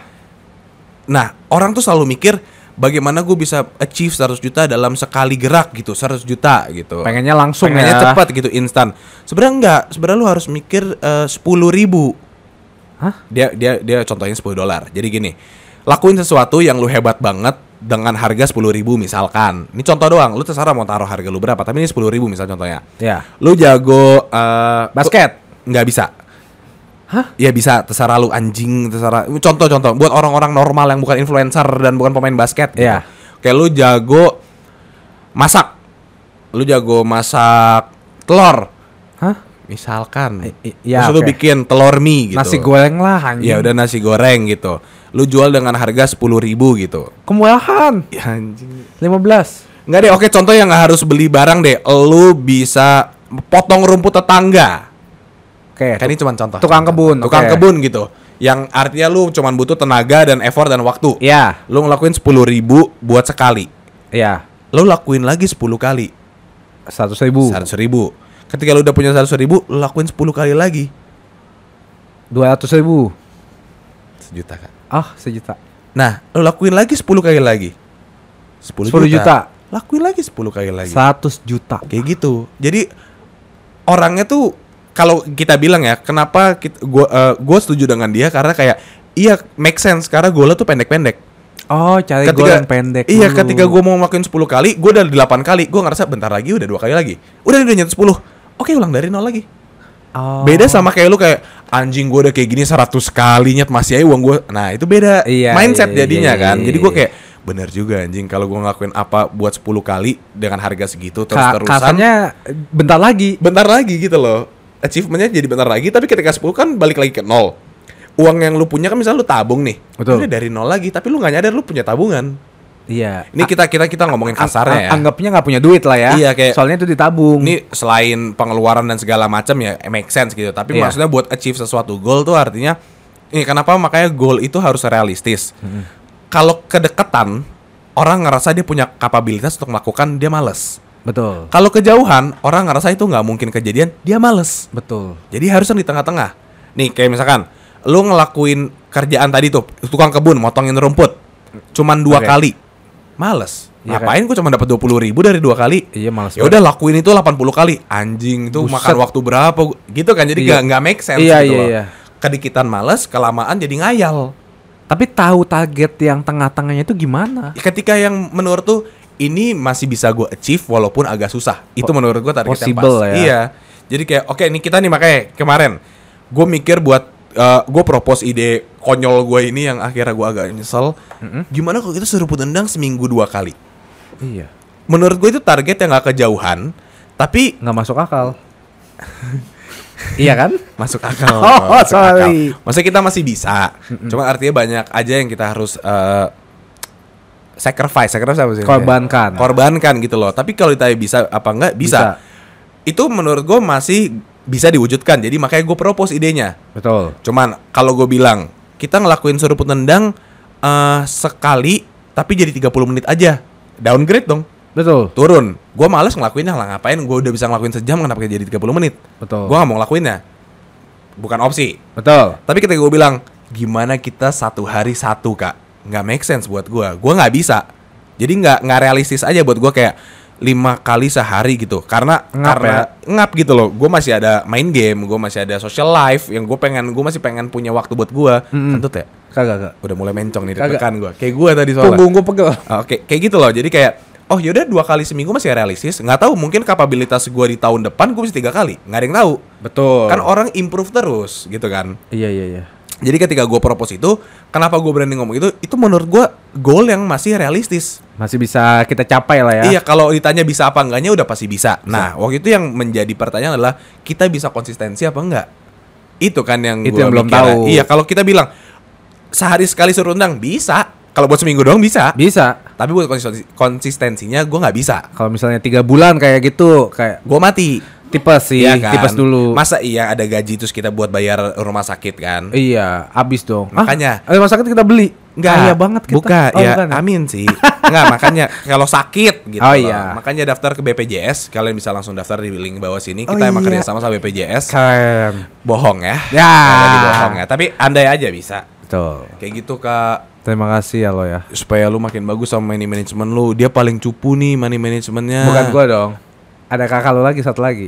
Nah orang tuh selalu mikir bagaimana gue bisa achieve seratus juta dalam sekali gerak gitu, seratus juta gitu. Pengennya langsung Pengennya ya. cepat gitu, instan. Sebenarnya enggak, sebenarnya lu harus mikir uh, sepuluh ribu. Hah? Dia dia dia contohnya sepuluh dolar. Jadi gini, lakuin sesuatu yang lu hebat banget dengan harga sepuluh ribu misalkan. Ini contoh doang, lu terserah mau taruh harga lu berapa, tapi ini sepuluh ribu misal contohnya. Ya. Lu jago uh, Basket. Nggak bisa. Hah? Ya bisa, terserah lu anjing, terserah. Contoh-contoh buat orang-orang normal yang bukan influencer dan bukan pemain basket gitu. Iya. Kayak lu jago masak. Lu jago masak telur. Hah? Misalkan. I- i- ya, Terus lu oke. bikin telur mie gitu. Nasi goreng lah anjing. Ya udah nasi goreng gitu. Lu jual dengan harga sepuluh ribu gitu. Kemurahan. Ya anjing. lima belas. Enggak deh, oke contoh yang nggak harus beli barang deh. Lu bisa potong rumput tetangga. Oke. Kan ini cuma contoh. Tukang kebun, Tukang oke. kebun gitu. Yang artinya lu cuma butuh tenaga dan effort dan waktu. Iya. Lu ngelakuin sepuluh ribu buat sekali. Iya. Lu lakuin lagi sepuluh kali. Seratus ribu. seratus ribu. Ketika lu udah punya seratus ribu, lu lakuin sepuluh kali lagi. Dua ratus ribu. Sejuta kan. Ah sejuta. Nah, lu lakuin lagi sepuluh kali lagi. sepuluh, sepuluh juta. Lakuin lagi sepuluh kali lagi. Seratus juta. Kayak gitu. Jadi orangnya tuh kalau kita bilang ya, kenapa kita, gua uh, gua setuju dengan dia karena kayak iya make sense karena golnya tuh pendek-pendek. Oh cari gol yang pendek. Iya, dulu. ketika gua mau ngelakuin sepuluh kali, gua udah delapan kali, gua ngerasa bentar lagi udah dua kali lagi. Udah udah nyentuh sepuluh. Oke, ulang dari nol lagi. Oh. Beda sama kayak lu kayak anjing gua udah kayak gini seratus kali nyet masih aja uang gua. Nah, itu beda Iya, mindset iya, jadinya iya, kan. iya, Jadi gua iya. kayak bener juga anjing kalau gua ngelakuin apa buat sepuluh kali dengan harga segitu Ka- terus-terusan. Kasarnya bentar lagi. Bentar lagi gitu loh. Achievementnya jadi bentar lagi, tapi ketika sepuluh kan balik lagi ke nol. Uang yang lu punya kan misalnya lu tabung nih. Betul. Udah dari nol lagi, tapi lu nggak nyadar lu punya tabungan. Iya. Ini kita kita kita ngomongin kasarnya ya. Anggapnya nggak punya duit lah ya. Iya, kayak- soalnya itu ditabung. Ini selain pengeluaran dan segala macam ya make sense gitu. Tapi Iya. maksudnya buat achieve sesuatu goal tuh artinya ini kenapa makanya goal itu harus realistis. Kalau kedekatan orang ngerasa dia punya kapabilitas untuk melakukan, dia males. Betul. Kalau kejauhan orang ngerasa itu nggak mungkin kejadian, dia males. Betul. Jadi harusnya di tengah-tengah. Nih kayak misalkan lu ngelakuin kerjaan tadi tuh tukang kebun motongin rumput cuman dua Oke. kali. Males. Iya Ngapain gua cuma dapat dua puluh ribu dari dua kali? Iya males. Ya udah lakuin itu delapan puluh kali. Anjing itu Buset. makan waktu berapa? Gitu kan. Jadi Iya. nggak nggak make sense Iya, gitu iya, loh. iya. Kedikitan males, kelamaan jadi ngayal. Tapi tahu target yang tengah-tengahnya itu gimana? Ketika yang menurut tuh ini masih bisa gue achieve walaupun agak susah. Itu Po- menurut gue target yang possible pas. ya. Iya. Jadi kayak oke nih kita nih makanya kemarin gue mikir buat gue propose ide konyol gue ini yang akhirnya gue agak nyesel. Gimana kalau kita seruput tendang seminggu dua kali? Iya. Menurut gue itu target yang gak kejauhan, tapi Nggak masuk akal. Iya kan? masuk akal. Oh, masuk sorry. akal. Maksudnya kita masih bisa. Cuma artinya banyak aja yang kita harus eh, sacrifice, sacrifice apa sih? Korbankan. Korbankan gitu loh. Tapi kalau ditanya bisa apa enggak? Bisa. Bisa. Itu menurut gue masih bisa diwujudkan. Jadi makanya gue propose idenya. Betul. Cuman kalau gue bilang kita ngelakuin seruput nendang uh, sekali tapi jadi tiga puluh menit aja, downgrade dong. Betul. Turun. Gue males ngelakuinnya lah, ngapain gue udah bisa ngelakuin sejam kenapa jadi tiga puluh menit. Betul. Gue gak mau ngelakuinnya. Bukan opsi. Betul. Tapi ketika gue bilang gimana kita satu hari satu kak, nggak make sense buat gue. Gue nggak bisa. Jadi nggak nggak realistis aja buat gue kayak lima kali sehari gitu. Karena ngap karena ya? ngap gitu loh. Gue masih ada main game, gue masih ada social life yang gue pengen, gue masih pengen punya waktu buat gue. Mm-mm. Kentut ya? Kagak, kagak. Udah mulai mencong nih, Kagak. deg-degan gue. Kayak gue tadi soalnya. Punggung gue pegel. Oke, kayak gitu loh. Jadi kayak oh yaudah dua kali seminggu masih realistis. Nggak tahu mungkin kapabilitas gue di tahun depan gue bisa tiga kali. Nggak ada yang tahu. Betul. Kan orang improve terus gitu kan. Iya, iya, iya. Jadi ketika gue propose itu, kenapa gue berani ngomong itu? Itu menurut gue goal yang masih realistis. Masih bisa kita capai lah ya. Iya, kalau ditanya bisa apa enggaknya udah pasti bisa. Nah, waktu itu yang menjadi pertanyaan adalah kita bisa konsistensi apa enggak? Itu kan yang Itu gua yang belum mikir. tahu. Iya, kalau kita bilang sehari sekali suruh undang bisa. Kalau buat seminggu doang bisa. Bisa. Tapi buat konsistensi- konsistensinya gue nggak bisa. Kalau misalnya tiga bulan kayak gitu, kayak Gue mati. tipes sih, Iya kan? tipes dulu. Masa iya ada gaji terus kita buat bayar rumah sakit kan? Iya, abis dong. Makanya. Ah, rumah sakit kita beli. Enggak, Kaya banget kita. Bukan, Oh, ya bukan ya? amin sih. Enggak, makanya kalau sakit gitu Oh, loh. iya. Makanya daftar ke B P J S. Kalian bisa langsung daftar di link bawah sini. Oh, Kita emang iya. kerja sama sama B P J S. Keren. Bohong ya. Ya. Nggak ada bohong ya. Tapi andai aja bisa. Betul. Kayak gitu Kak. Terima kasih ya lo ya. Supaya lu makin bagus sama money management lu. Dia paling cupu nih money managementnya. Bukan gua dong. Ada kakak lo lagi, satu lagi.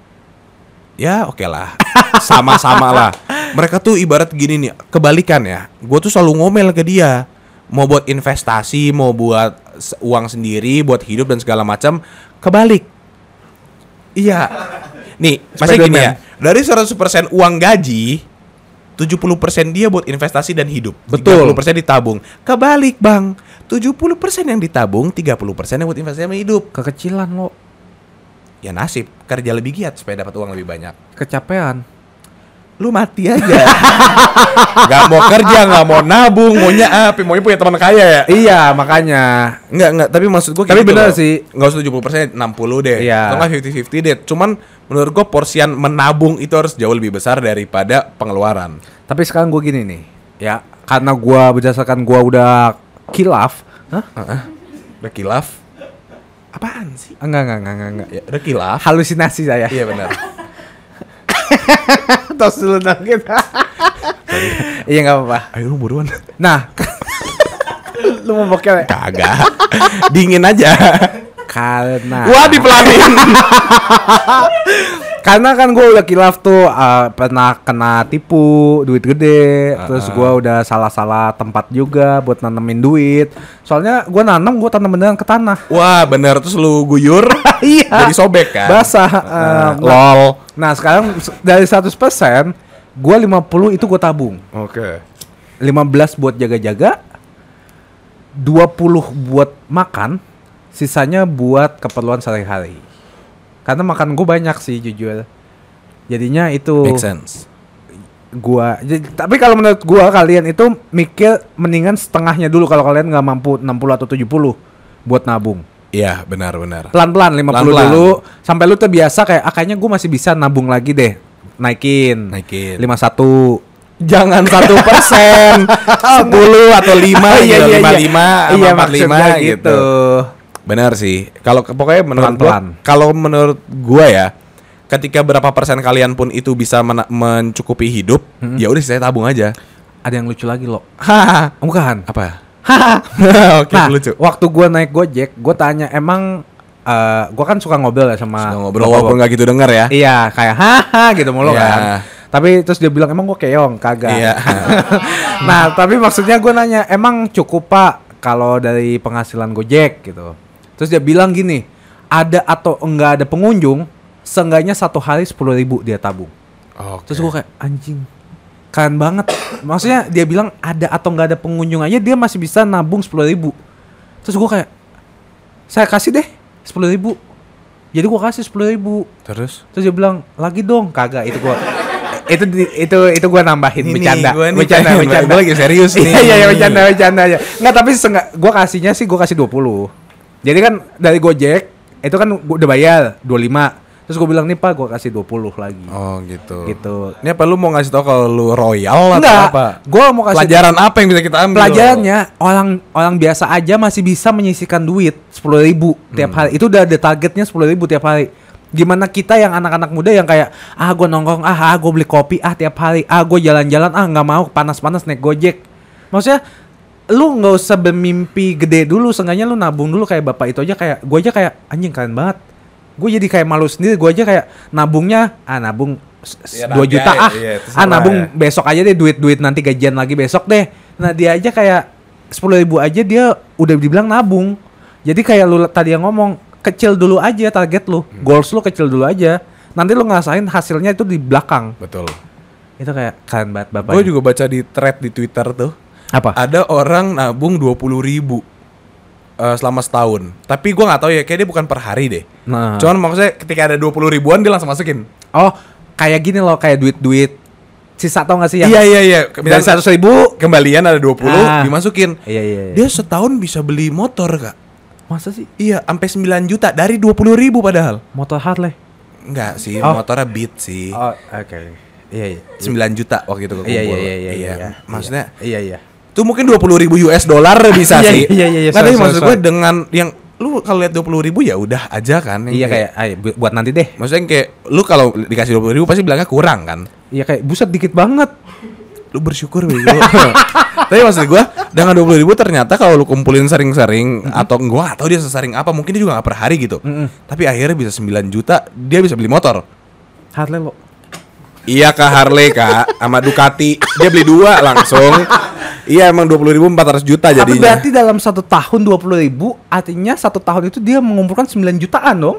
Ya oke lah. Sama-sama lah. Mereka tuh ibarat gini nih. Kebalikan ya. Gue tuh selalu ngomel ke dia. Mau buat investasi, mau buat s- uang sendiri, buat hidup dan segala macam, kebalik. Iya. Nih, masih gini ya. Dari seratus persen uang gaji, tujuh puluh persen dia buat investasi dan hidup. Betul. tiga puluh persen ditabung. Kebalik, Bang. tujuh puluh persen yang ditabung, tiga puluh persen yang buat investasi sama hidup. Kekecilan lo. Ya nasib, kerja lebih giat supaya dapat uang lebih banyak. Kecapean. Lu mati aja. Gak mau kerja, gak mau nabung, maunya apa? Maunya punya teman kaya ya? Iya, makanya. Enggak, enggak, tapi maksud gue Tapi bener sih. Enggak usah tujuh puluh persen, enam puluh deh. Iya. Atau enggak lima puluh lima puluh deh. Cuman menurut gue porsian menabung itu harus jauh lebih besar daripada pengeluaran. Tapi sekarang gue gini nih, ya, karena gue berdasarkan gue udah kilaf, hah? Heeh. Udah kilaf. Apaan sih? Enggak, enggak, enggak, enggak, enggak. Ya, udah kilaf. Halusinasi saya. Iya benar. Tos dulu dong kita. Iya nggak apa-apa. Ayo lu buruan. Nah, lu mau bokeh? Kagak. Dingin aja. Karena. Wah, dipelanin. Karena kan gue udah kilaf tuh, uh, pernah kena tipu duit gede, uh, terus gue udah salah-salah tempat juga buat nanemin duit. Soalnya gue nanam, gue tanam beneran ke tanah. Wah, bener. Terus lu guyur. Iya. Jadi sobek kan. Basah. Uh, Uh, lol. Nah sekarang s- dari seratus persen, gue lima puluh itu gue tabung. Oke. lima belas buat jaga-jaga, dua puluh buat makan, sisanya buat keperluan sehari-hari. Karena makan gue banyak sih jujur. Jadinya itu Make sense. gua. Jadi, tapi kalau menurut gua kalian itu mikir mendingan setengahnya dulu kalau kalian nggak mampu enam puluh atau tujuh puluh buat nabung. Iya, benar-benar. Pelan-pelan lima puluh Pelan-pelan. dulu sampai lu terbiasa kayak ah, kayaknya gua masih bisa nabung lagi deh. Naikin. Naikin. lima puluh satu. Jangan satu persen, sepuluh atau lima, iya, iya, lima iya. lima, Iya, empat lima maksudnya gitu. Benar sih. Kalau pokoknya menurut gua, Pelan-pelan. kalau menurut gua ya, ketika berapa persen kalian pun itu bisa mena- mencukupi hidup, Mm-mm. ya udah saya tabung aja. Ada yang lucu lagi loh. Hahaha. Bukan. Apa? Hahaha. Oke, Nah, lucu. waktu gua naik Gojek, gua tanya emang eh gua kan suka ngobrol ya sama Suka ngobrol walaupun nggak gitu denger ya. Iya, kayak haha gitu mulu Iya. kan. Tapi terus dia bilang emang gua keong, kagak. Iya. Nah, tapi maksudnya gua nanya, emang cukup Pak kalau dari penghasilan Gojek gitu. Terus dia bilang gini, ada atau enggak ada pengunjung, seenggaknya satu hari sepuluh ribu dia tabung. Oke. Terus gua kayak anjing, keren banget. Maksudnya dia bilang ada atau enggak ada pengunjung aja dia masih bisa nabung sepuluh ribu. Terus gua kayak, saya kasih deh sepuluh ribu. Jadi gua kasih sepuluh ribu. Terus? Terus dia bilang lagi dong, kagak itu gua itu di- itu itu gua nambahin Ini bercanda, gua nih bercanda, pengen- bercanda. gua lagi serius nih. Iya iya iya, bercanda, bercanda aja. Enggak, tapi seenggak gua kasihnya sih gua kasih dua puluh. Jadi kan dari Gojek itu kan gua udah bayar dua puluh lima. Terus gue bilang nih Pak, gue kasih dua puluh lagi. Oh gitu. Gitu. Ini apa lu mau ngasih tau kalau lu royal atau Enggak, apa? gue mau kasih Pelajaran apa yang bisa kita ambil? pelajarannya orang orang biasa aja masih bisa menyisihkan duit sepuluh ribu tiap hari. Itu udah ada targetnya sepuluh ribu tiap hari. Gimana kita yang anak-anak muda yang kayak ah gue nongkrong, ah, ah gue beli kopi ah tiap hari, ah gue jalan-jalan, ah nggak mau panas-panas naik Gojek. Maksudnya lu nggak usah bermimpi gede dulu, seenggaknya lu nabung dulu kayak bapak itu aja. Kayak gue aja kayak anjing keren banget. Gue jadi kayak malu sendiri. Gue aja kayak nabungnya ah nabung Ya, dua juta ya, ah iya, ah nabung ya. besok aja deh, duit-duit nanti gajian lagi besok deh. Nah dia aja kayak sepuluh ribu aja dia udah dibilang nabung. Jadi kayak lu tadi yang ngomong, kecil dulu aja target lu, hmm. goals lu kecil dulu aja. Nanti lu ngerasain hasilnya itu di belakang. Betul. Itu kayak keren banget bapak. Gue juga baca di thread di Twitter tuh. Apa? Ada orang nabung dua puluh ribu uh, selama setahun. Tapi gue nggak tahu ya, kayak dia bukan per hari deh. Nah. Cuman maksudnya ketika ada dua puluh ribuan dia langsung masukin. Oh, kayak gini loh, kayak duit-duit sisa tau gak sih ya? Iya iya iya. Dari seratus ribu kembalian ada dua puluh ah. dimasukin. Iya iya. iya. Dia setahun bisa beli motor kak. Masa sih? Iya, sampai sembilan juta dari dua puluh ribu padahal. Motor Harley? Enggak sih, Oh. motornya Beat sih. Oh, oke. Okay. Iya iya. sembilan juta waktu itu kekumpul. Iya iya iya iya. iya. Maksudnya iya iya. itu mungkin dua puluh ribu U S dollar bisa Iya, sih. iya, iya, iya, Nah, tapi sorry, maksud sorry, gue dengan yang lu kalau lihat dua puluh ribu ya udah aja kan. Iya kayak, ayo bu- buat nanti deh. Maksudnya kayak lu kalau dikasih dua puluh ribu pasti bilangnya kurang kan. Iya kayak buset dikit banget. Lu bersyukur bego. Tapi maksud gue dengan dua puluh ribu ternyata kalau lu kumpulin sering-sering mm-hmm. atau gua atau dia sesering apa, mungkin dia juga gak per hari gitu. Mm-hmm. Tapi akhirnya bisa sembilan juta dia bisa beli motor. Harley lo. Iya kak, Harley kak sama Ducati. Dia beli dua langsung. Iya emang dua puluh ribu empat ratus juta jadinya. Tapi berarti dalam satu tahun dua puluh ribu, artinya satu tahun itu dia mengumpulkan sembilan jutaan dong.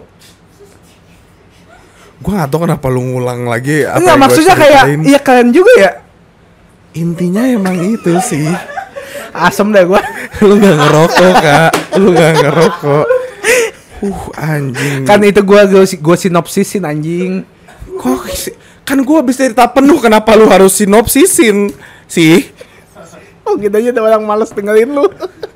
Gue gak tau kenapa lu ngulang lagi apa Enggak, yang gua maksudnya kayak ceritain. iya keren juga ya. Intinya emang itu sih. Asem deh gue. Lu gak ngerokok kak. Lu gak ngerokok. Uh anjing. Kan itu gue gue sinopsisin anjing. Kok sih? Kan gue habis cerita penuh, kenapa lu harus sinopsisin sih? Oh gitu aja ada orang males dengerin lu.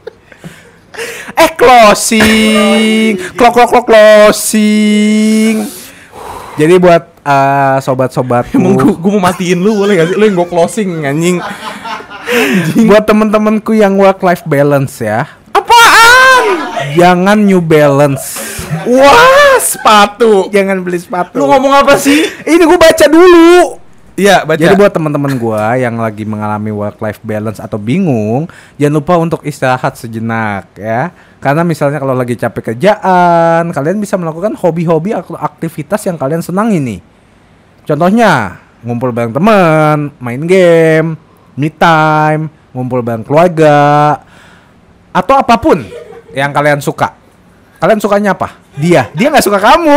Eh closing. Klok klok klok closing. Jadi buat uh, sobat-sobat, Emang gue mau matiin lu boleh gak sih? Lu yang gue closing anjing. anjing. Buat temen-temenku yang work life balance ya. Apaan? Jangan New Balance. Wah sepatu. Jangan beli sepatu. Lu ngomong apa sih? Ini gue baca dulu. Iya baca. Jadi buat teman-teman gua yang lagi mengalami work life balance atau bingung, jangan lupa untuk istirahat sejenak ya. Karena misalnya kalau lagi capek kerjaan, kalian bisa melakukan hobi-hobi atau aktivitas yang kalian senangi nih. Contohnya, ngumpul bareng teman, main game, me time, ngumpul bareng keluarga, atau apapun yang kalian suka. Kalian sukanya apa? Dia, dia nggak suka kamu.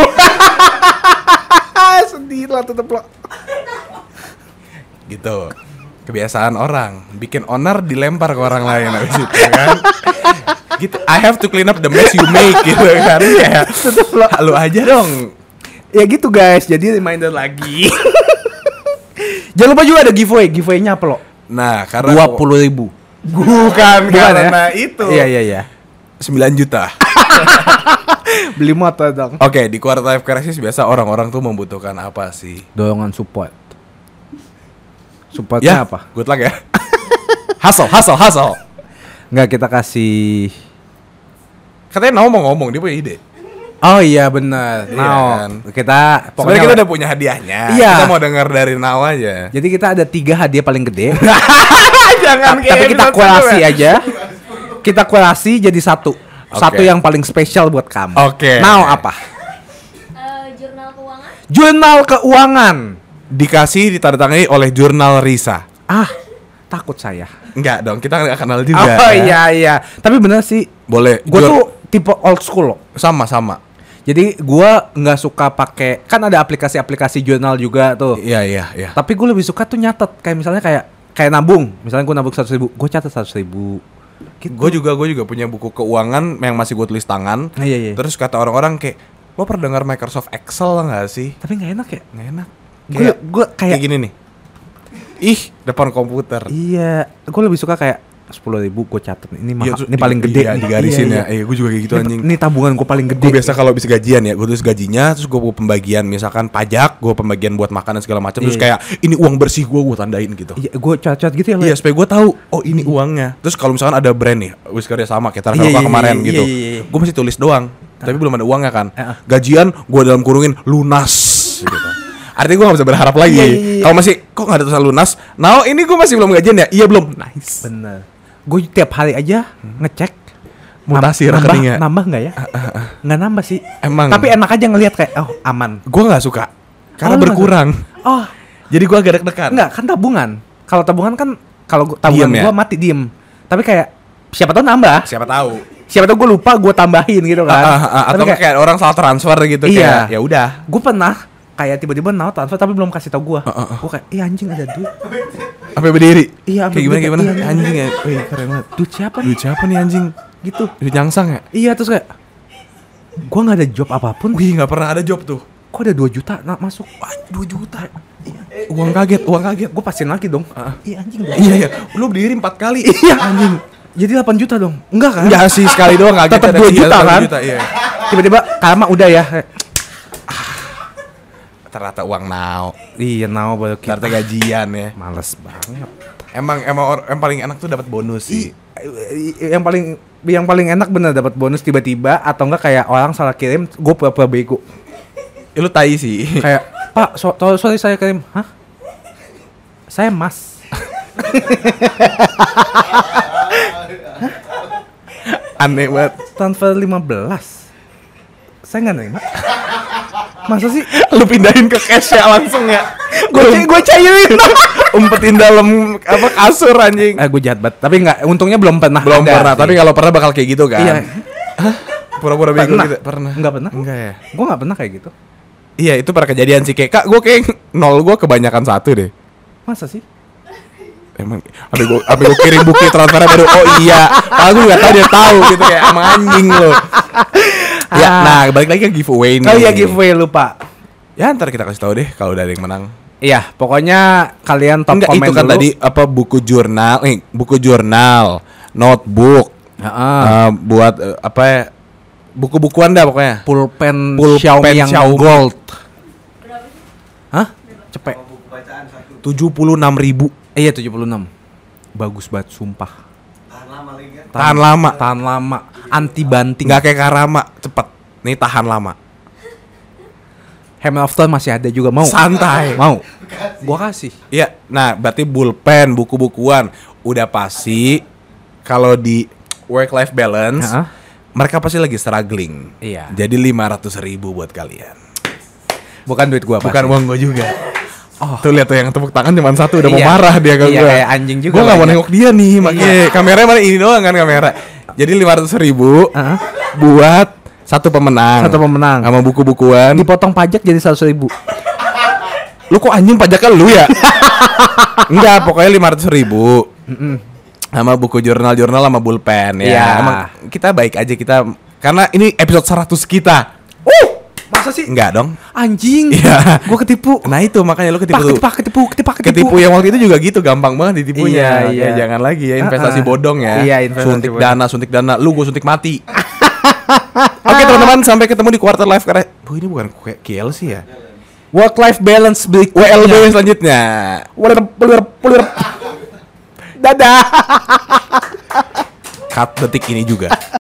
Sedih lah tetep lo. Gitu. Kebiasaan orang bikin owner dilempar ke orang lain habis itu kan. Gitu. I have to clean up the mess you make gitu kan. Ya. Lu aja dong. Ya gitu guys. Jadi reminder lagi. Jangan lupa juga ada giveaway. Giveaway-nya apa lo? Nah, karena dua puluh ribu. Bukan, Bukan karena ya? itu. Iya iya iya. sembilan juta. Beli motor dong. Oke, di quarter life crisis biasa orang-orang tuh membutuhkan apa sih? Dorongan support. Supportnya Ya, apa? good luck ya. Hustle, hustle, hustle. Nggak, kita kasih. Katanya Nao mau ngomong, dia punya ide. Oh iya benar. Iya Now kan? kita Sebenarnya kita udah punya hadiahnya. Iya. Kita mau dengar dari Nao aja. Jadi kita ada tiga hadiah paling gede. Jangan Ta- Tapi kita kurasi aja. Kita kurasi jadi satu. Satu Oke. yang paling spesial buat kamu. Oke. Now apa? Eh, jurnal keuangan. Jurnal keuangan. Dikasih ditandatangani oleh jurnal Risa. Ah, takut saya. Enggak dong, kita nggak kenal juga. Oh ya. iya iya. Tapi bener sih. Boleh. Gue Jur- tuh tipe old school loh. sama-sama. Jadi gue nggak suka pakai, kan ada aplikasi-aplikasi jurnal juga tuh. Iya iya iya. Tapi gue lebih suka tuh nyatet, kayak misalnya kayak kayak nabung. Misalnya gue nabung seratus ribu, gue catat seratus ribu. Gitu. Gue juga gue juga punya buku keuangan yang masih gue tulis tangan. Ah, iya, iya. Terus kata orang-orang kayak, lo pernah dengar Microsoft Excel nggak sih? Tapi nggak enak ya. Nggak enak. Gue Kayak, gue kayak kayak gini nih. Ih, depan komputer. iya, gue lebih suka kayak sepuluh ribu gue catet. Ini mahal, Iya, terus ini paling di- gede iya, nih. digarisin Iya, ya. Iya, gue juga kayak gitu Ini, anjing. ini tabungan gue paling gede. Gue biasa kalau bisa gajian ya, gue tulis gajinya, terus gue pembagian, misalkan pajak, gue pembagian buat makan dan segala macam, terus Iya. kayak ini uang bersih gue, gue tandain gitu. Iya, gue catat gitu ya. Le. Iya, supaya gue tahu, oh ini uangnya. Terus kalau misalkan ada brand nih, Whisker ya sama, kayak Iya, Terracola iya, kemarin iya, gitu, iya, iya. gue masih tulis doang, tapi belum ada uangnya kan. Heeh. Gajian, gue dalam kurungin lunas, gitu. Artinya gue gak bisa berharap lagi. Iya, iya, iya. Kalau masih, kok gak ada tulisan lunas? Nah, ini gue masih belum gajian ya? Iya belum. Nice. Bener. Gue tiap hari aja ngecek Mutasi nambah, rekeningnya. nambah nggak ya? Nggak nambah sih. Emang. Tapi enak aja ngelihat kayak oh aman. Gue gak suka, karena Oh, lu nggak berkurang. Oh Jadi gue agak deg-degan. enggak kan tabungan. Kalau tabungan kan kalau gua- tabungan Diem ya? gue mati diem. Tapi kayak siapa tahu nambah. Siapa tahu. Siapa tahu gue lupa gue tambahin gitu kan. Ah, ah, ah, Tapi atau kayak, kayak orang salah transfer gitu, Iya. kayak ya udah. gue pernah kayak tiba-tiba naut transfer tapi belum kasih tau gue. Ah, ah, ah. Gue kayak iya anjing ada duit. Sampai berdiri. Iya, Kayak gimana sampai gimana? berdiri. Iya, Anjing ya. Wih keren banget. Duit siapa nih? Duit siapa nih anjing? Gitu. Duit nyangsang ya? Iya terus kayak gue nggak ada job apapun. Wih, nggak pernah ada job tuh. Kok ada dua juta nah, masuk? Dua juta. Uang kaget, uang kaget. Gue pastiin lagi dong. Ah. Iya anjing dong. Iya iya. Lu berdiri empat kali. Iya anjing. Jadi delapan juta dong. Enggak kan? Enggak sih, sekali doang kaget. Tetap ada dua tiga, juta satu kan? juta, iya. Tiba-tiba karma udah ya. Ternyata uang now. Iya, now baru kita. Ternyata gajian ya. Males banget. Emang emang or- yang paling enak tuh dapat bonus sih. I- i- yang paling yang paling enak bener dapat bonus tiba-tiba atau enggak kayak orang salah kirim, gue pura-pura bego. Ya, lu tai sih. Kayak, "Pak, so, to- sorry saya kirim." Hah? Saya Mas. Aneh banget. Transfer lima belas. Saya nggak nerima. Masa sih? Lu pindahin ke cash ya langsung ya. Gue gue cairin. Umpetin dalam apa kasur anjing. Eh, gue jahat banget. Tapi nggak, untungnya belum pernah. Belum ada pernah, sih. tapi kalau pernah bakal kayak gitu kan. Iya. Pura-pura bego Pernah. gitu. Pernah. Nggak pernah. Enggak ya. Gue nggak pernah kayak gitu. Iya, itu pernah kejadian sih kayak Kak, gue kayak nol gue kebanyakan satu deh. Masa sih? Emang apa gue apa gue kirim bukti transfernya baru oh iya. Kalau gue nggak tahu dia tahu gitu kayak emang anjing lo. Ya, Ah. nah balik lagi ke giveaway nih. Oh iya giveaway lupa. Ya ntar kita kasih tahu deh kalau udah ada yang menang. Iya, pokoknya kalian top Enggak komen itu kan dulu. tadi apa buku jurnal, eh, buku jurnal, notebook, Heeh. eh, buat eh, apa ya, buku-bukuan dah pokoknya. Pulpen, Pulpen Xiaomi yang Xiaomi. gold. Hah? Cepet. tujuh puluh enam ribu. Eh, iya tujuh puluh enam. Bagus banget sumpah. Tahan lama. Tahan lama. Anti banting. Nggak kayak Karama, cepet. Nih tahan lama. Hammer of Thorn masih ada juga mau. Santai. Mau. Gua kasih. Iya, nah berarti bulpen, buku-bukuan udah pasti kalau di work life balance Heeh. mereka pasti lagi struggling. Iya. Jadi lima ratus ribu buat kalian. Bukan duit gua Bukan pasti. uang gue juga. Oh. Tuh lihat tuh yang tepuk tangan cuma satu udah mau Iya. marah dia ke Iya, gue. kayak anjing juga Gue nggak mau banyak. nengok dia nih, makanya kameranya mana ini doang kan kamera. Jadi lima ratus ribu Heeh. buat satu pemenang. Satu pemenang. Sama buku-bukuan. Dipotong pajak jadi seratus ribu. Lu kok anjing pajaknya lu ya? Enggak, pokoknya lima ratus ribu. Sama buku jurnal-jurnal sama bulpen ya. Iya. Emang kita baik aja kita karena ini episode seratus kita. Uh, masa sih? Enggak dong. Anjing. Iya. Gua ketipu. Nah itu makanya lu ketipu. Ketipu, ketipu, ketipu, ketipu, Ketipu yang waktu itu juga gitu, gampang banget ditipunya. Iya, iya. Ya, jangan lagi ya investasi Ah, ah. bodong ya. Iya, investasi suntik bodong. dana, suntik dana. Lu gue suntik mati. Oke teman-teman, sampai ketemu di quarter life karena oh, ini bukan kayak K L sih ya. Work life balance W L B selanjutnya. Dadah. Cut detik ini juga.